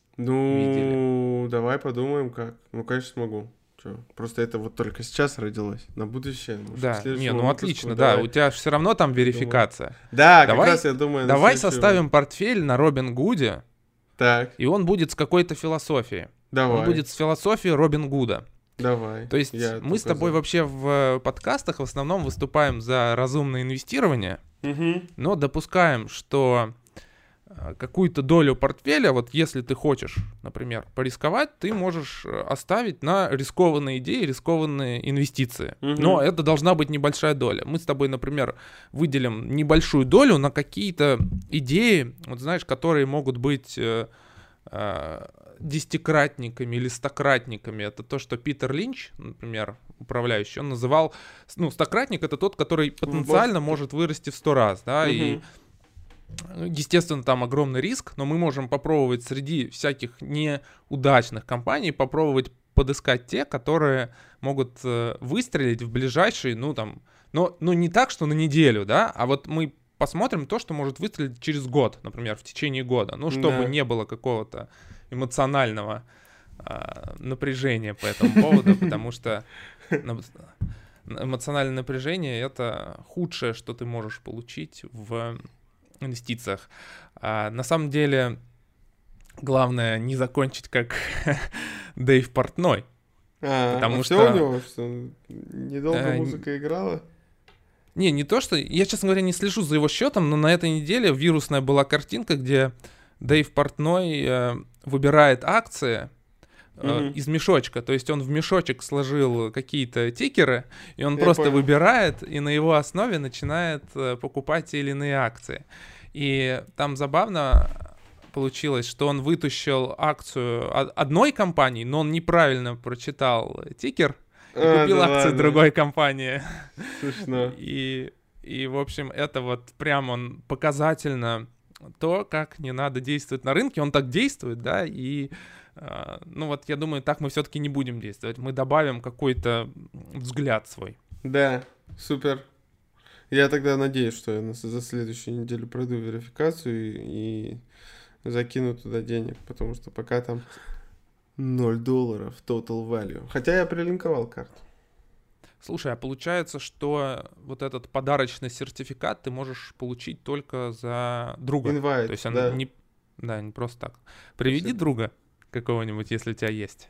видели? Давай подумаем как. Ну, конечно, смогу. Просто это вот только сейчас родилось. На будущее. Да, отлично, да. У тебя все равно там верификация. Да, как раз я думаю. Давай составим портфель на Robinhood. Так. И он будет с какой-то философией. Давай. Он будет с философией Robinhood. Давай. То есть мы с тобой вообще в подкастах в основном выступаем за разумное инвестирование, но допускаем, что какую-то долю портфеля, вот если ты хочешь, например, порисковать, ты можешь оставить на рискованные идеи, рискованные инвестиции. Но это должна быть небольшая доля. Мы с тобой, например, выделим небольшую долю на какие-то идеи, вот знаешь, которые могут быть десятикратниками или стократниками. Это то, что Питер Линч, например, управляющий, он называл... Ну, стократник — это тот, который потенциально может вырасти в 100 раз, да, и... Естественно, там огромный риск, но мы можем попробовать среди всяких неудачных компаний попробовать подыскать те, которые могут выстрелить в ближайшие, ну, там... Но не так, что на неделю, да, а вот мы посмотрим то, что может выстрелить через год, например, в течение года. Ну, чтобы не было какого-то эмоционального напряжения по этому поводу, потому что эмоциональное напряжение — это худшее, что ты можешь получить в инвестициях. На самом деле, главное не закончить как Дэйв Портной. Потому что... у него, что недолго музыка играла? Не то, что... Я, честно говоря, не слежу за его счетом, но на этой неделе вирусная была картинка, где Дэйв Портной выбирает акции из мешочка. То есть он в мешочек сложил какие-то тикеры, и он просто выбирает, и на его основе начинает покупать те или иные акции. И там забавно получилось, что он вытащил акцию одной компании, но он неправильно прочитал тикер и купил акции другой компании. Смешно. И, в общем, это вот прям он показательно то, как не надо действовать на рынке. Он так действует, да, и ну вот я думаю, так мы все-таки не будем действовать. Мы добавим какой-то взгляд свой. Да, супер. Я тогда надеюсь, что я за следующую неделю пройду верификацию и закину туда денег, потому что пока там $0 total value. Хотя я прилинковал карту. Слушай, а получается, что вот этот подарочный сертификат ты можешь получить только за друга. Invite, то есть он не просто так. Приведи друга какого-нибудь, если у тебя есть.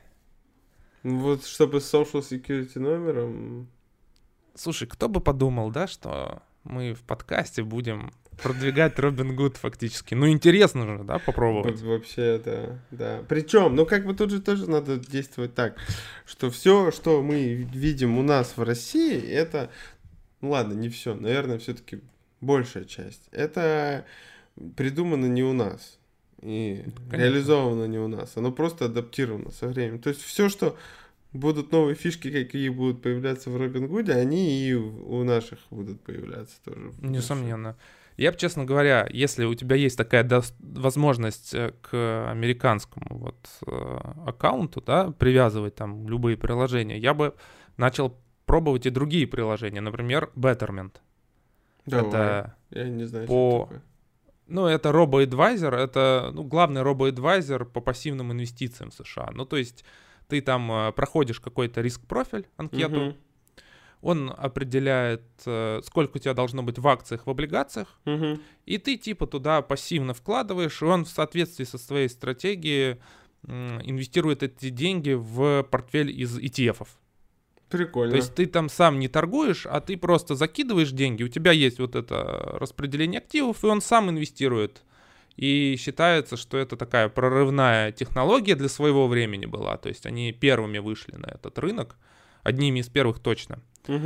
Вот чтобы с social security номером... Слушай, кто бы подумал, да, что мы в подкасте будем продвигать Robinhood фактически. Ну, интересно же, да, попробовать. Вообще, да. Причем, ну, как бы тут же тоже надо действовать так, что все, что мы видим у нас в России, это, ну, ладно, не все, наверное, все-таки большая часть. Это придумано не у нас и реализовано не у нас. Оно просто адаптировано со временем. То есть все, что будут новые фишки, какие будут появляться в Robinhood, они и у наших будут появляться тоже. Несомненно. Я бы, честно говоря, если у тебя есть такая возможность к американскому вот аккаунту, да, привязывать там любые приложения, я бы начал пробовать и другие приложения, например, Betterment. Давай. Это я не знаю, что такое. Ну, это робо-эдвайзер, это главный робо-эдвайзер по пассивным инвестициям в США. Ну, то есть ты там проходишь какой-то риск-профиль, анкету, он определяет, сколько у тебя должно быть в акциях, в облигациях, и ты типа туда пассивно вкладываешь, и он в соответствии со своей стратегией инвестирует эти деньги в портфель из ETF-ов. Прикольно. То есть ты там сам не торгуешь, а ты просто закидываешь деньги, у тебя есть вот это распределение активов, и он сам инвестирует. И считается, что это такая прорывная технология для своего времени была. То есть они первыми вышли на этот рынок, одними из первых точно.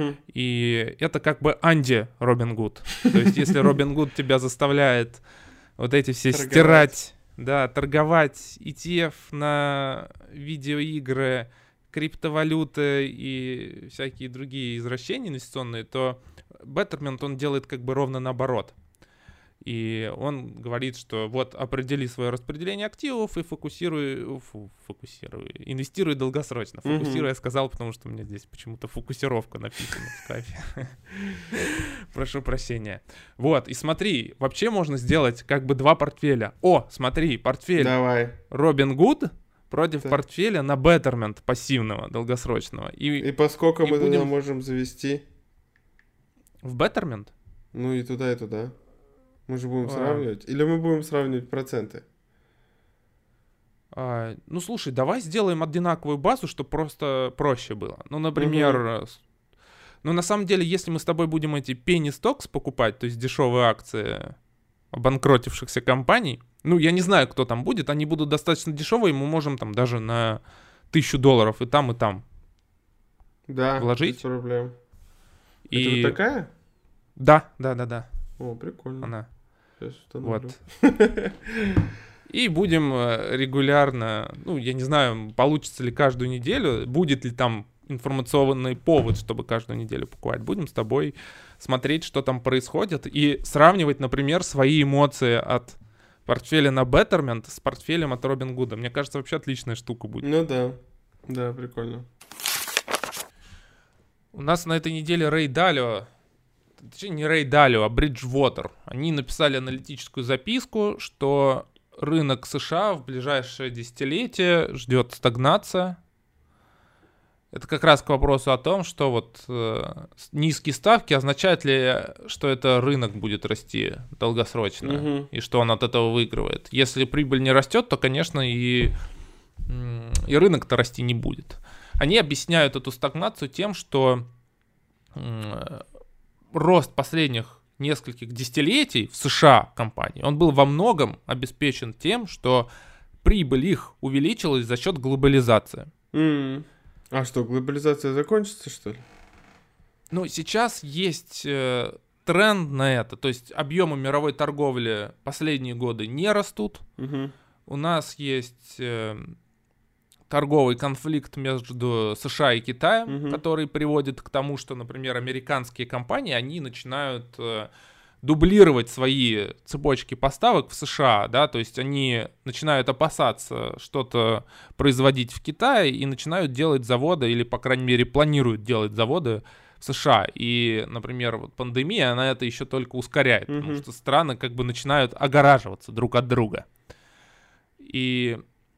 И это как бы анти-Robinhood. То есть если Robinhood тебя заставляет вот эти все стирать, да, торговать ETF на видеоигры, криптовалюты и всякие другие извращения инвестиционные, то Betterment, он делает как бы ровно наоборот. И он говорит, что вот определи свое распределение активов и инвестируй долгосрочно. Фокусируй, я сказал, потому что у меня здесь почему-то фокусировка написана в скайпе. Прошу прощения. Вот, и смотри, вообще можно сделать как бы два портфеля. О, смотри, портфель Robinhood против портфеля на Betterment пассивного, долгосрочного. И поскольку мы туда можем завести? В Betterment? Ну и туда, и туда. Мы же будем сравнивать? Или мы будем сравнивать проценты? Ну, слушай, давай сделаем одинаковую базу, чтобы просто проще было. Ну, например, ну, на самом деле, если мы с тобой будем эти penny stocks покупать, то есть дешевые акции обанкротившихся компаний, ну, я не знаю, кто там будет, они будут достаточно дешевые, мы можем там даже на $1000 и там вложить. Без проблем. И... Это вот такая? Да. О, прикольно. Она. Сейчас установлю. Вот. И будем регулярно, ну, я не знаю, получится ли каждую неделю, будет ли там информационный повод, чтобы каждую неделю покупать. Будем с тобой смотреть, что там происходит, и сравнивать, например, свои эмоции от портфеля на Betterment с портфелем от Robinhood. Мне кажется, вообще отличная штука будет. Ну да, да, прикольно. У нас на этой неделе Рэй Далио, точнее не Рэй Далио, а Bridgewater, они написали аналитическую записку, что рынок США в ближайшее десятилетие ждет стагнация. Это как раз к вопросу о том, что вот низкие ставки означает ли, что это рынок будет расти долгосрочно, и что он от этого выигрывает. Если прибыль не растет, то, конечно, и рынок-то расти не будет. Они объясняют эту стагнацию тем, что рост последних нескольких десятилетий в США компаний, он был во многом обеспечен тем, что прибыль их увеличилась за счет глобализации. А что, глобализация закончится, что ли? Ну, сейчас есть тренд на это. То есть объемы мировой торговли последние годы не растут. У нас есть торговый конфликт между США и Китаем, который приводит к тому, что, например, американские компании, они начинают дублировать свои цепочки поставок в США, да, то есть они начинают опасаться что-то производить в Китае и начинают делать заводы, или, по крайней мере, планируют делать заводы в США. И, например, вот пандемия, она это еще только ускоряет, потому что страны как бы начинают огораживаться друг от друга. И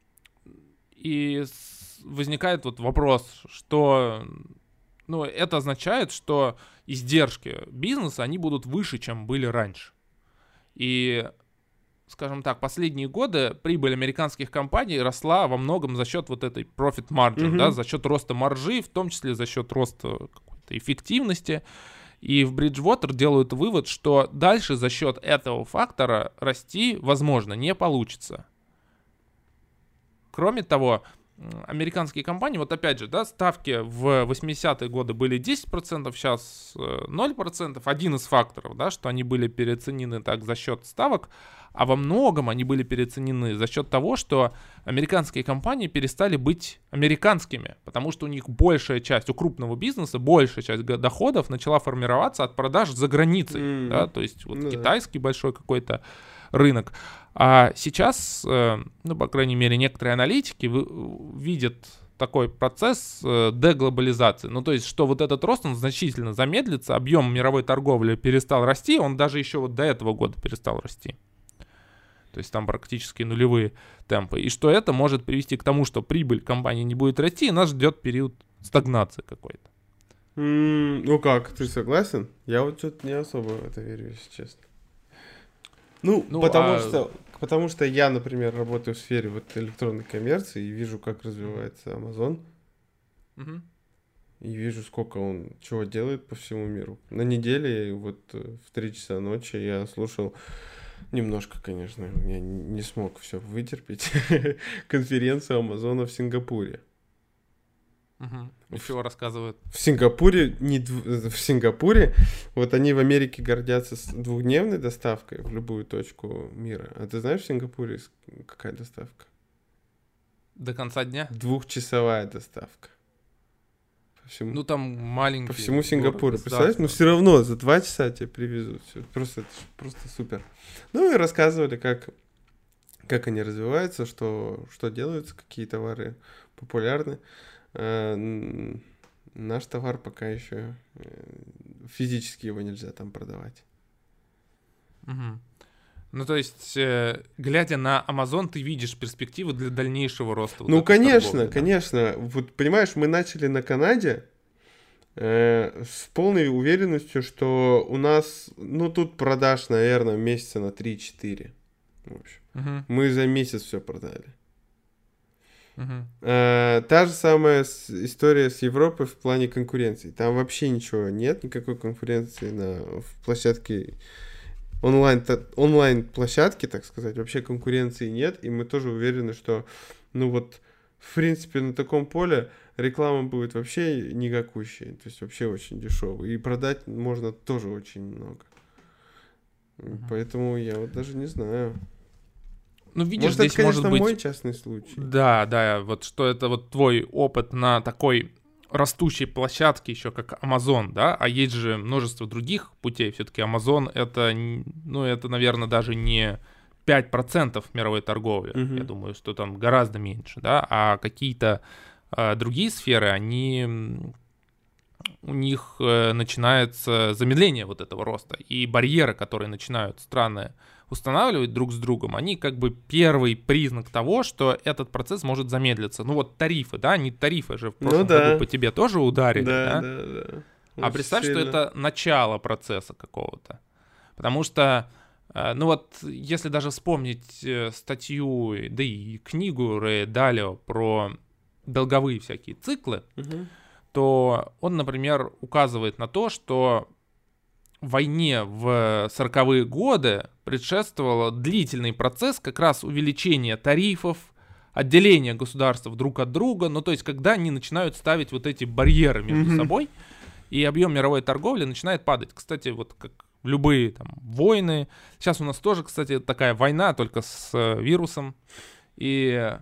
возникает вот вопрос, что, ну, это означает, что издержки бизнеса, они будут выше, чем были раньше. И, скажем так, последние годы прибыль американских компаний росла во многом за счет вот этой profit margin, да, за счет роста маржи, в том числе за счет роста какой-то эффективности. И в Bridgewater делают вывод, что дальше за счет этого фактора расти, возможно, не получится. Кроме того, американские компании, вот опять же, да, ставки в 80-е годы были 10%, сейчас 0%. Один из факторов, да, что они были переоценены так за счет ставок, а во многом они были переоценены за счет того, что американские компании перестали быть американскими, потому что у них большая часть, у крупного бизнеса, большая часть доходов начала формироваться от продаж за границей, да, то есть вот китайский большой какой-то рынок. А сейчас, ну, по крайней мере, некоторые аналитики видят такой процесс деглобализации. Ну, то есть, что вот этот рост, он значительно замедлится, объем мировой торговли перестал расти, он даже еще вот до этого года перестал расти. То есть там практически нулевые темпы. И что это может привести к тому, что прибыль компании не будет расти, и нас ждет период стагнации какой-то. Ну как, ты согласен? Я вот что-то не особо в это верю, если честно. Ну потому что я, например, работаю в сфере вот электронной коммерции и вижу, как развивается Amazon. И вижу, сколько он чего делает по всему миру. На неделе, вот в 3 часа ночи я слушал немножко, конечно, я не смог все вытерпеть, конференцию Амазона в Сингапуре. И чего рассказывают? В Сингапуре, в Сингапуре, вот они в Америке гордятся с двухдневной доставкой в любую точку мира. А ты знаешь, в Сингапуре какая доставка? До конца дня? 2-часовая доставка. Ну там маленький. По всему Сингапуру, представляешь? Но все равно за 2 часа тебе привезут. Просто супер. Ну и рассказывали, как они развиваются, что делаются, какие товары популярны. Наш товар пока еще физически его нельзя там продавать. Ну, то есть, глядя на Amazon, ты видишь перспективы для дальнейшего роста. Ну, конечно, конечно. Вот, понимаешь, мы начали на Канаде с полной уверенностью, что у нас, ну, тут продаж, наверное, месяца на 3-4. В общем. Мы за месяц все продали. Та же самая история с Европой в плане конкуренции. Там вообще ничего нет, никакой конкуренции в площадке онлайн-площадке, так сказать, вообще конкуренции нет, и мы тоже уверены, что, ну вот, в принципе, на таком поле реклама будет вообще никакущая, то есть вообще очень дешевая, и продать можно тоже очень много. Поэтому я вот даже не знаю. Ну, видишь, Может, здесь это, конечно, может быть... мой частный случай. Да, вот что это вот твой опыт на такой растущей площадке, еще как Amazon, да, а есть же множество других путей. Все-таки Amazon это, ну, это, наверное, даже не 5% мировой торговли. Я думаю, что там гораздо меньше, да, а какие-то другие сферы, у них начинается замедление вот этого роста. И барьеры, которые начинают страны устанавливать друг с другом, они как бы первый признак того, что этот процесс может замедлиться. Ну вот тарифы, да, они тарифы же в прошлом году по тебе тоже ударили, да? Да. А представь, что это начало процесса какого-то. Потому что, ну вот, если даже вспомнить статью, да и книгу Рэя Далио про долговые всякие циклы, то он, например, указывает на то, что войне в 40-е годы предшествовал длительный процесс как раз увеличения тарифов, отделения государств друг от друга, ну то есть когда они начинают ставить вот эти барьеры между собой, и объем мировой торговли начинает падать. Кстати, вот как любые там войны, сейчас у нас тоже, кстати, такая война, только с вирусом, и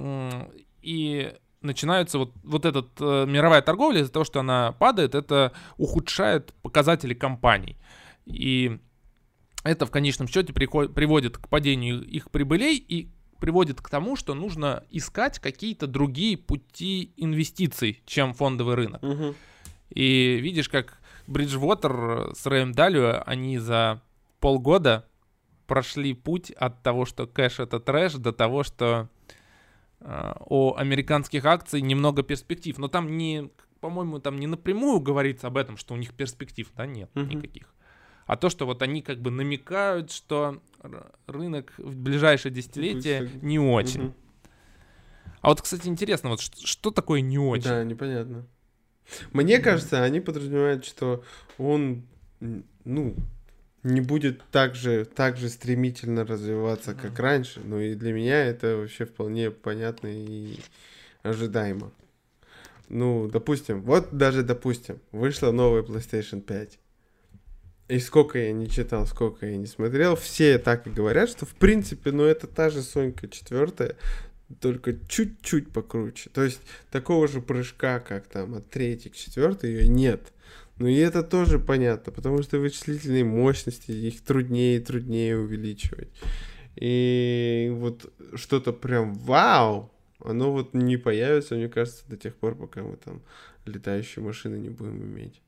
начинается вот эта мировая торговля, из-за того, что она падает, это ухудшает показатели компаний. И это в конечном счете приводит к падению их прибылей и приводит к тому, что нужно искать какие-то другие пути инвестиций, чем фондовый рынок. И видишь, как Bridgewater с Рэем Далио, они за полгода прошли путь от того, что кэш — это трэш, до того, что о американских акциях немного перспектив. Но там по-моему, там не напрямую говорится об этом, что у них перспектив, да, нет никаких. А то, что вот они как бы намекают, что рынок в ближайшее десятилетие не очень. А вот, кстати, интересно, вот что такое не очень? Да, непонятно. Мне кажется, они подразумевают, что он, ну, не будет так же стремительно развиваться, как раньше. Ну и для меня это вообще вполне понятно и ожидаемо. Ну, допустим, вышла новая PlayStation 5. И сколько я не читал, сколько я не смотрел, все так и говорят, что в принципе, ну это та же Сонька 4, только чуть-чуть покруче. То есть такого же прыжка, как там от 3 к 4, ее нет. Ну и это тоже понятно, потому что вычислительные мощности, их труднее и труднее увеличивать. И вот что-то прям вау, оно вот не появится, мне кажется, до тех пор, пока мы там летающие машины не будем иметь.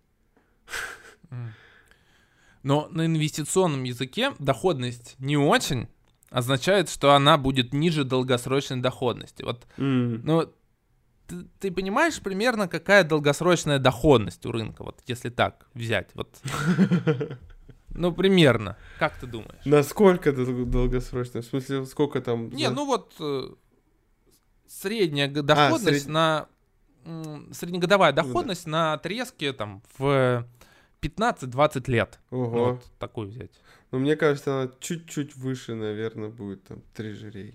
Но на инвестиционном языке доходность не очень означает, что она будет ниже долгосрочной доходности. Вот, ну, ты понимаешь примерно, какая долгосрочная доходность у рынка, вот если так взять, вот. Ну, примерно. Как ты думаешь? Насколько долгосрочная? В смысле, сколько там? Не, ну вот средняя доходность среднегодовая доходность на отрезке там в 15-20 лет. Ого. Ну, вот такую взять. Ну, мне кажется, она чуть-чуть выше, наверное, будет там трежерей.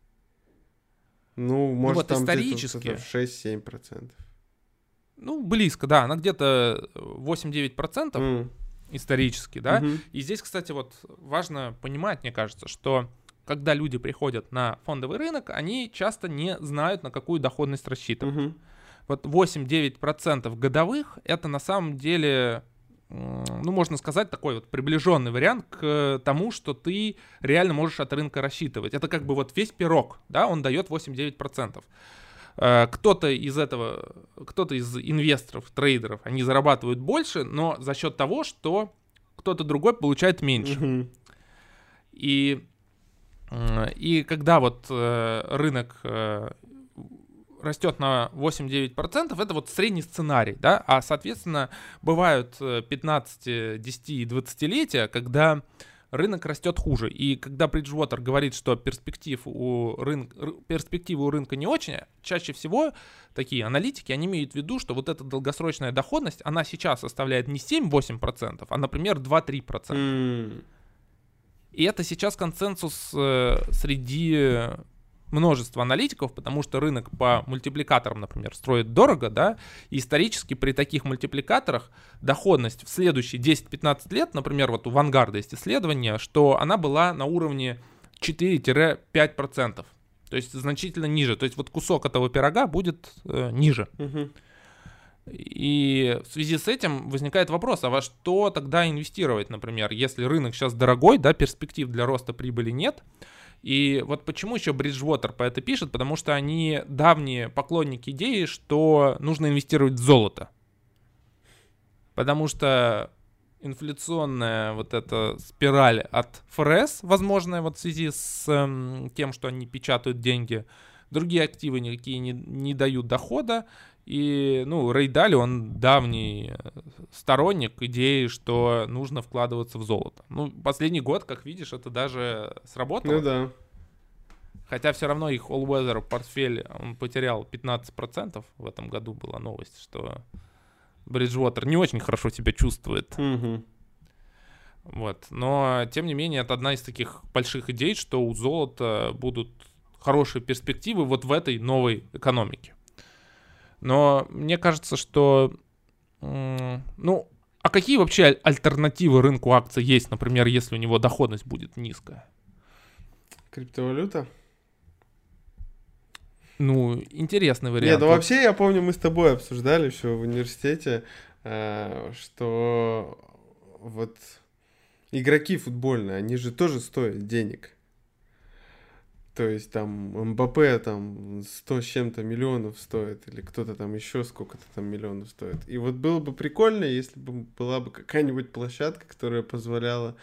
Ну, может, вот там исторически 6-7%. Ну, близко, да. Она где-то 8-9% исторически, да. И здесь, кстати, вот важно понимать, мне кажется, что когда люди приходят на фондовый рынок, они часто не знают, на какую доходность рассчитывать. Вот 8-9% годовых — это на самом деле, ну, можно сказать, такой вот приближенный вариант к тому, что ты реально можешь от рынка рассчитывать. Это как бы вот весь пирог, да, он дает 8-9%. Кто-то из инвесторов, трейдеров, они зарабатывают больше, но за счет того, что кто-то другой получает меньше. И когда вот рынок растет на 8-9%, это вот средний сценарий, да, а, соответственно, бывают 15, 10 и 20-летия, когда рынок растет хуже, и когда Bridgewater говорит, что перспективы у рынка не очень, чаще всего такие аналитики, они имеют в виду, что вот эта долгосрочная доходность, она сейчас составляет не 7-8%, а, например, 2-3%. И это сейчас консенсус среди множество аналитиков, потому что рынок по мультипликаторам, например, строит дорого, да, и исторически при таких мультипликаторах доходность в следующие 10-15 лет, например, вот у Vanguard есть исследование, что она была на уровне 4-5%. То есть значительно ниже. То есть вот кусок этого пирога будет ниже. И в связи с этим возникает вопрос, а во что тогда инвестировать, например, если рынок сейчас дорогой, да, перспектив для роста прибыли нет. И вот почему еще Bridgewater по это пишет, потому что они давние поклонники идеи, что нужно инвестировать в золото. Потому что инфляционная вот эта спираль от ФРС, возможная вот в связи с тем, что они печатают деньги, другие активы никакие не дают дохода. И, Рэй Дали, он давний сторонник идеи, что нужно вкладываться в золото. Последний год, как видишь, это даже сработало. Ну да. Хотя все равно их all-weather портфель, он потерял 15%. В этом году была новость, что Bridgewater не очень хорошо себя чувствует. Вот. Но, тем не менее, это одна из таких больших идей, что у золота будут хорошие перспективы вот в этой новой экономике. Но мне кажется, что... а какие вообще альтернативы рынку акций есть, например, если у него доходность будет низкая? Криптовалюта? Интересный вариант. Нет, вообще, я помню, мы с тобой обсуждали еще в университете, что вот игроки футбольные, они же тоже стоят денег. То есть там МБАППе там 100 с чем-то миллионов стоит, или кто-то там еще сколько-то там миллионов стоит. И вот было бы прикольно, если бы была бы какая-нибудь площадка, которая позволяла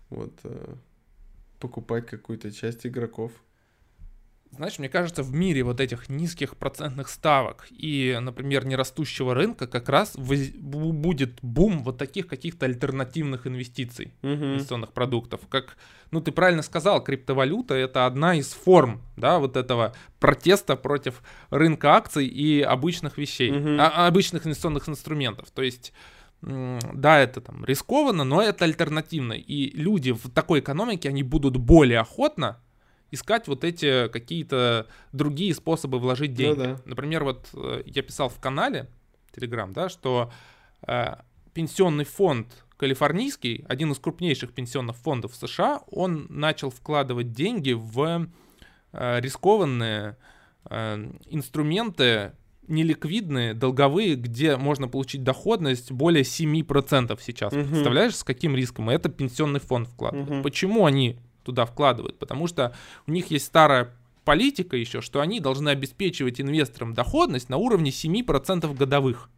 покупать какую-то часть игроков. Знаешь, мне кажется, в мире вот этих низких процентных ставок и, например, нерастущего рынка как раз будет бум вот таких каких-то альтернативных инвестиций, инвестиционных продуктов. Как, ты правильно сказал, криптовалюта — это одна из форм, да, вот этого протеста против рынка акций и обычных вещей, обычных инвестиционных инструментов. То есть, да, это там рискованно, но это альтернативно. И люди в такой экономике, они будут более охотно искать вот эти какие-то другие способы вложить деньги. Да. Например, вот я писал в канале Telegram, да, что пенсионный фонд калифорнийский, один из крупнейших пенсионных фондов в США, он начал вкладывать деньги в рискованные инструменты, неликвидные, долговые, где можно получить доходность более 7% сейчас. Представляешь, с каким риском? И это пенсионный фонд вкладывает. Почему они туда вкладывают? Потому что у них есть старая политика еще, что они должны обеспечивать инвесторам доходность на уровне 7% годовых.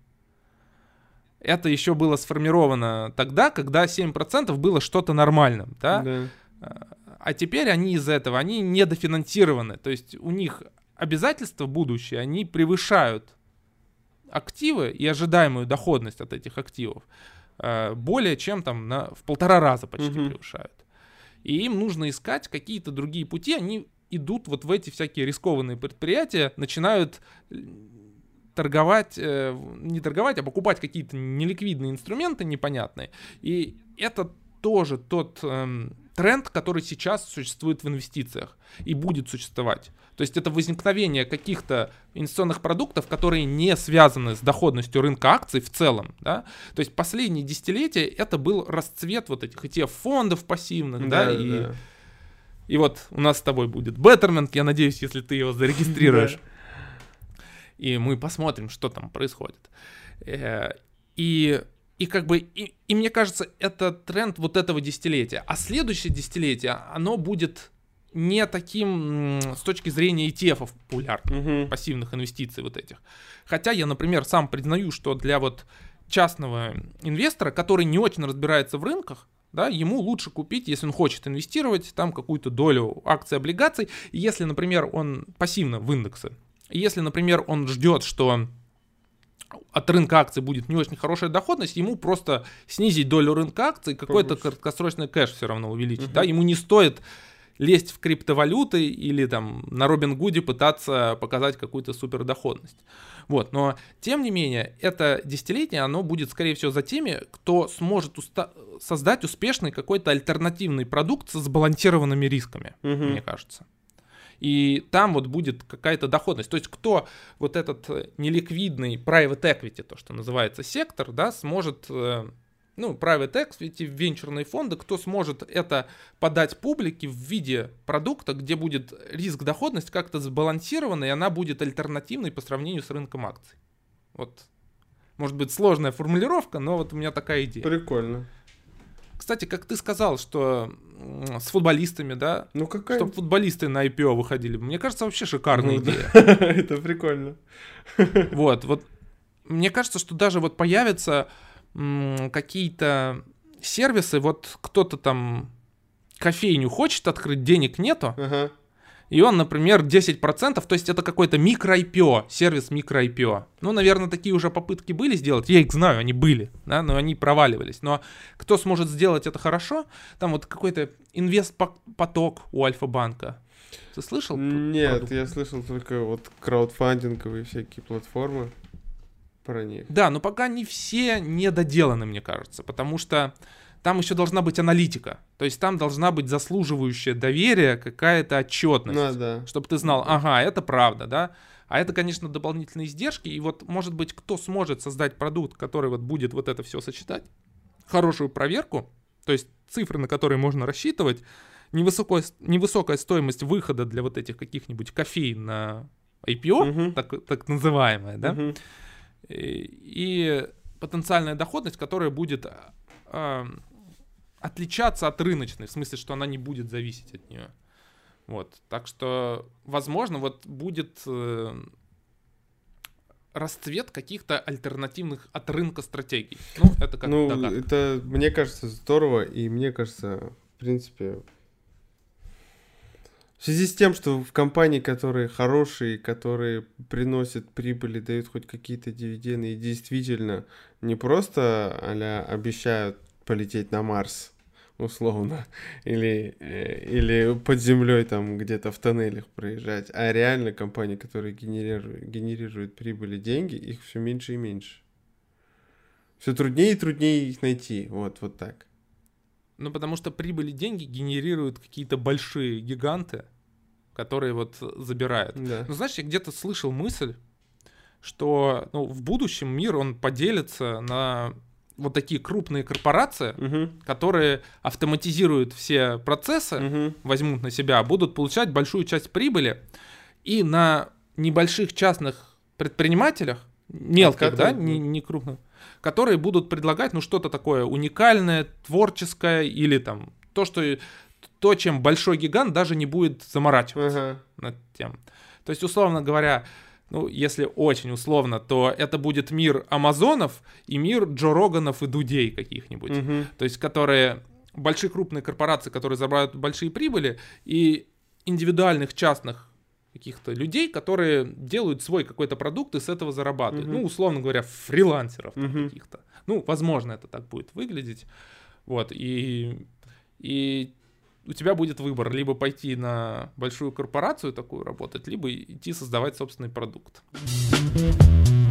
Это еще было сформировано тогда, когда 7% было что-то нормальным, да? А теперь они из-за этого, они недофинансированы, то есть у них обязательства будущие, они превышают активы и ожидаемую доходность от этих активов более чем там в 1,5 раза почти превышают. И им нужно искать какие-то другие пути, они идут вот в эти всякие рискованные предприятия, начинают торговать, не торговать, а покупать какие-то неликвидные инструменты непонятные. И это тоже тот тренд, который сейчас существует в инвестициях и будет существовать. То есть это возникновение каких-то инвестиционных продуктов, которые не связаны с доходностью рынка акций в целом. Да? То есть последние десятилетия это был расцвет вот этих ETF-фондов пассивных. И вот у нас с тобой будет Betterment, я надеюсь, если ты его зарегистрируешь. И мы посмотрим, что там происходит. И мне кажется, это тренд вот этого десятилетия. А следующее десятилетие, оно будет не таким с точки зрения ETF-ов популярным, пассивных инвестиций вот этих. Хотя я, например, сам признаю, что для вот частного инвестора, который не очень разбирается в рынках, да, ему лучше купить, если он хочет инвестировать, там какую-то долю акций, облигаций. И если, например, он пассивно в индексы, если, например, он ждет, что от рынка акций будет не очень хорошая доходность, ему просто снизить долю рынка акций, какой-то краткосрочный кэш все равно увеличить. Да? Ему не стоит лезть в криптовалюты или там на Робингуде пытаться показать какую-то супердоходность. Вот. Но, тем не менее, это десятилетие, оно будет, скорее всего, за теми, кто сможет создать успешный какой-то альтернативный продукт со сбалансированными рисками, мне кажется. И там вот будет какая-то доходность. То есть кто вот этот неликвидный private equity, то, что называется, сектор, да, сможет private equity, венчурные фонды, кто сможет это подать публике в виде продукта, где будет риск-доходность как-то сбалансирована, и она будет альтернативной по сравнению с рынком акций. Вот. Может быть, сложная формулировка, но вот у меня такая идея. Прикольно. Кстати, как ты сказал, что с футболистами, да? Ну, какая? Чтобы футболисты на IPO выходили. Мне кажется, вообще шикарная идея. Это прикольно. Вот. Мне кажется, что даже вот появятся какие-то сервисы, вот кто-то там кофейню хочет открыть, денег нету, и он, например, 10%, то есть это какой-то микро-IPO, сервис микро-IPO. Наверное, такие уже попытки были сделать, я их знаю, они были, да, но они проваливались. Но кто сможет сделать это хорошо, там вот какой-то инвест-поток у Альфа-банка. Ты слышал? Нет, я слышал только вот краудфандинговые всякие платформы про них. Да, но пока не все недоделаны, мне кажется, потому что там еще должна быть аналитика. То есть там должна быть заслуживающая доверия какая-то отчетность. Да. Чтобы ты знал, ага, это правда, да. А это, конечно, дополнительные издержки. И вот, может быть, кто сможет создать продукт, который вот будет вот это все сочетать, хорошую проверку, то есть цифры, на которые можно рассчитывать, невысокая стоимость выхода для вот этих каких-нибудь кофеин на IPO, так называемая, да, и потенциальная доходность, которая будет отличаться от рыночной, в смысле, что она не будет зависеть от нее. Вот. Так что, возможно, вот будет расцвет каких-то альтернативных от рынка стратегий. Это как догадка. Это, мне кажется, здорово, и мне кажется, в принципе, в связи с тем, что в компании, которые хорошие, которые приносят прибыли, дают хоть какие-то дивиденды, и действительно не просто а-ля обещают полететь на Марс, условно, или под землей там где-то в тоннелях проезжать, а реально компании, которые генерируют прибыли, деньги, их все меньше и меньше. Все труднее и труднее их найти, вот так. Потому что прибыли, деньги генерируют какие-то большие гиганты, которые вот забирают. Да. Знаешь, я где-то слышал мысль, что в будущем мир, он поделится на вот такие крупные корпорации, которые автоматизируют все процессы, возьмут на себя, будут получать большую часть прибыли, и на небольших частных предпринимателях, мелких, да, не крупных, которые будут предлагать, что-то такое уникальное, творческое, или там то, чем большой гигант даже не будет заморачиваться над тем. То есть, условно говоря, если очень условно, то это будет мир Амазонов и мир Джо Роганов и Дудей каких-нибудь. То есть, которые большие крупные корпорации, которые зарабатывают большие прибыли, и индивидуальных частных каких-то людей, которые делают свой какой-то продукт и с этого зарабатывают. Условно говоря, фрилансеров каких-то. Возможно, это так будет выглядеть. Вот, и у тебя будет выбор, либо пойти на большую корпорацию такую работать, либо идти создавать собственный продукт.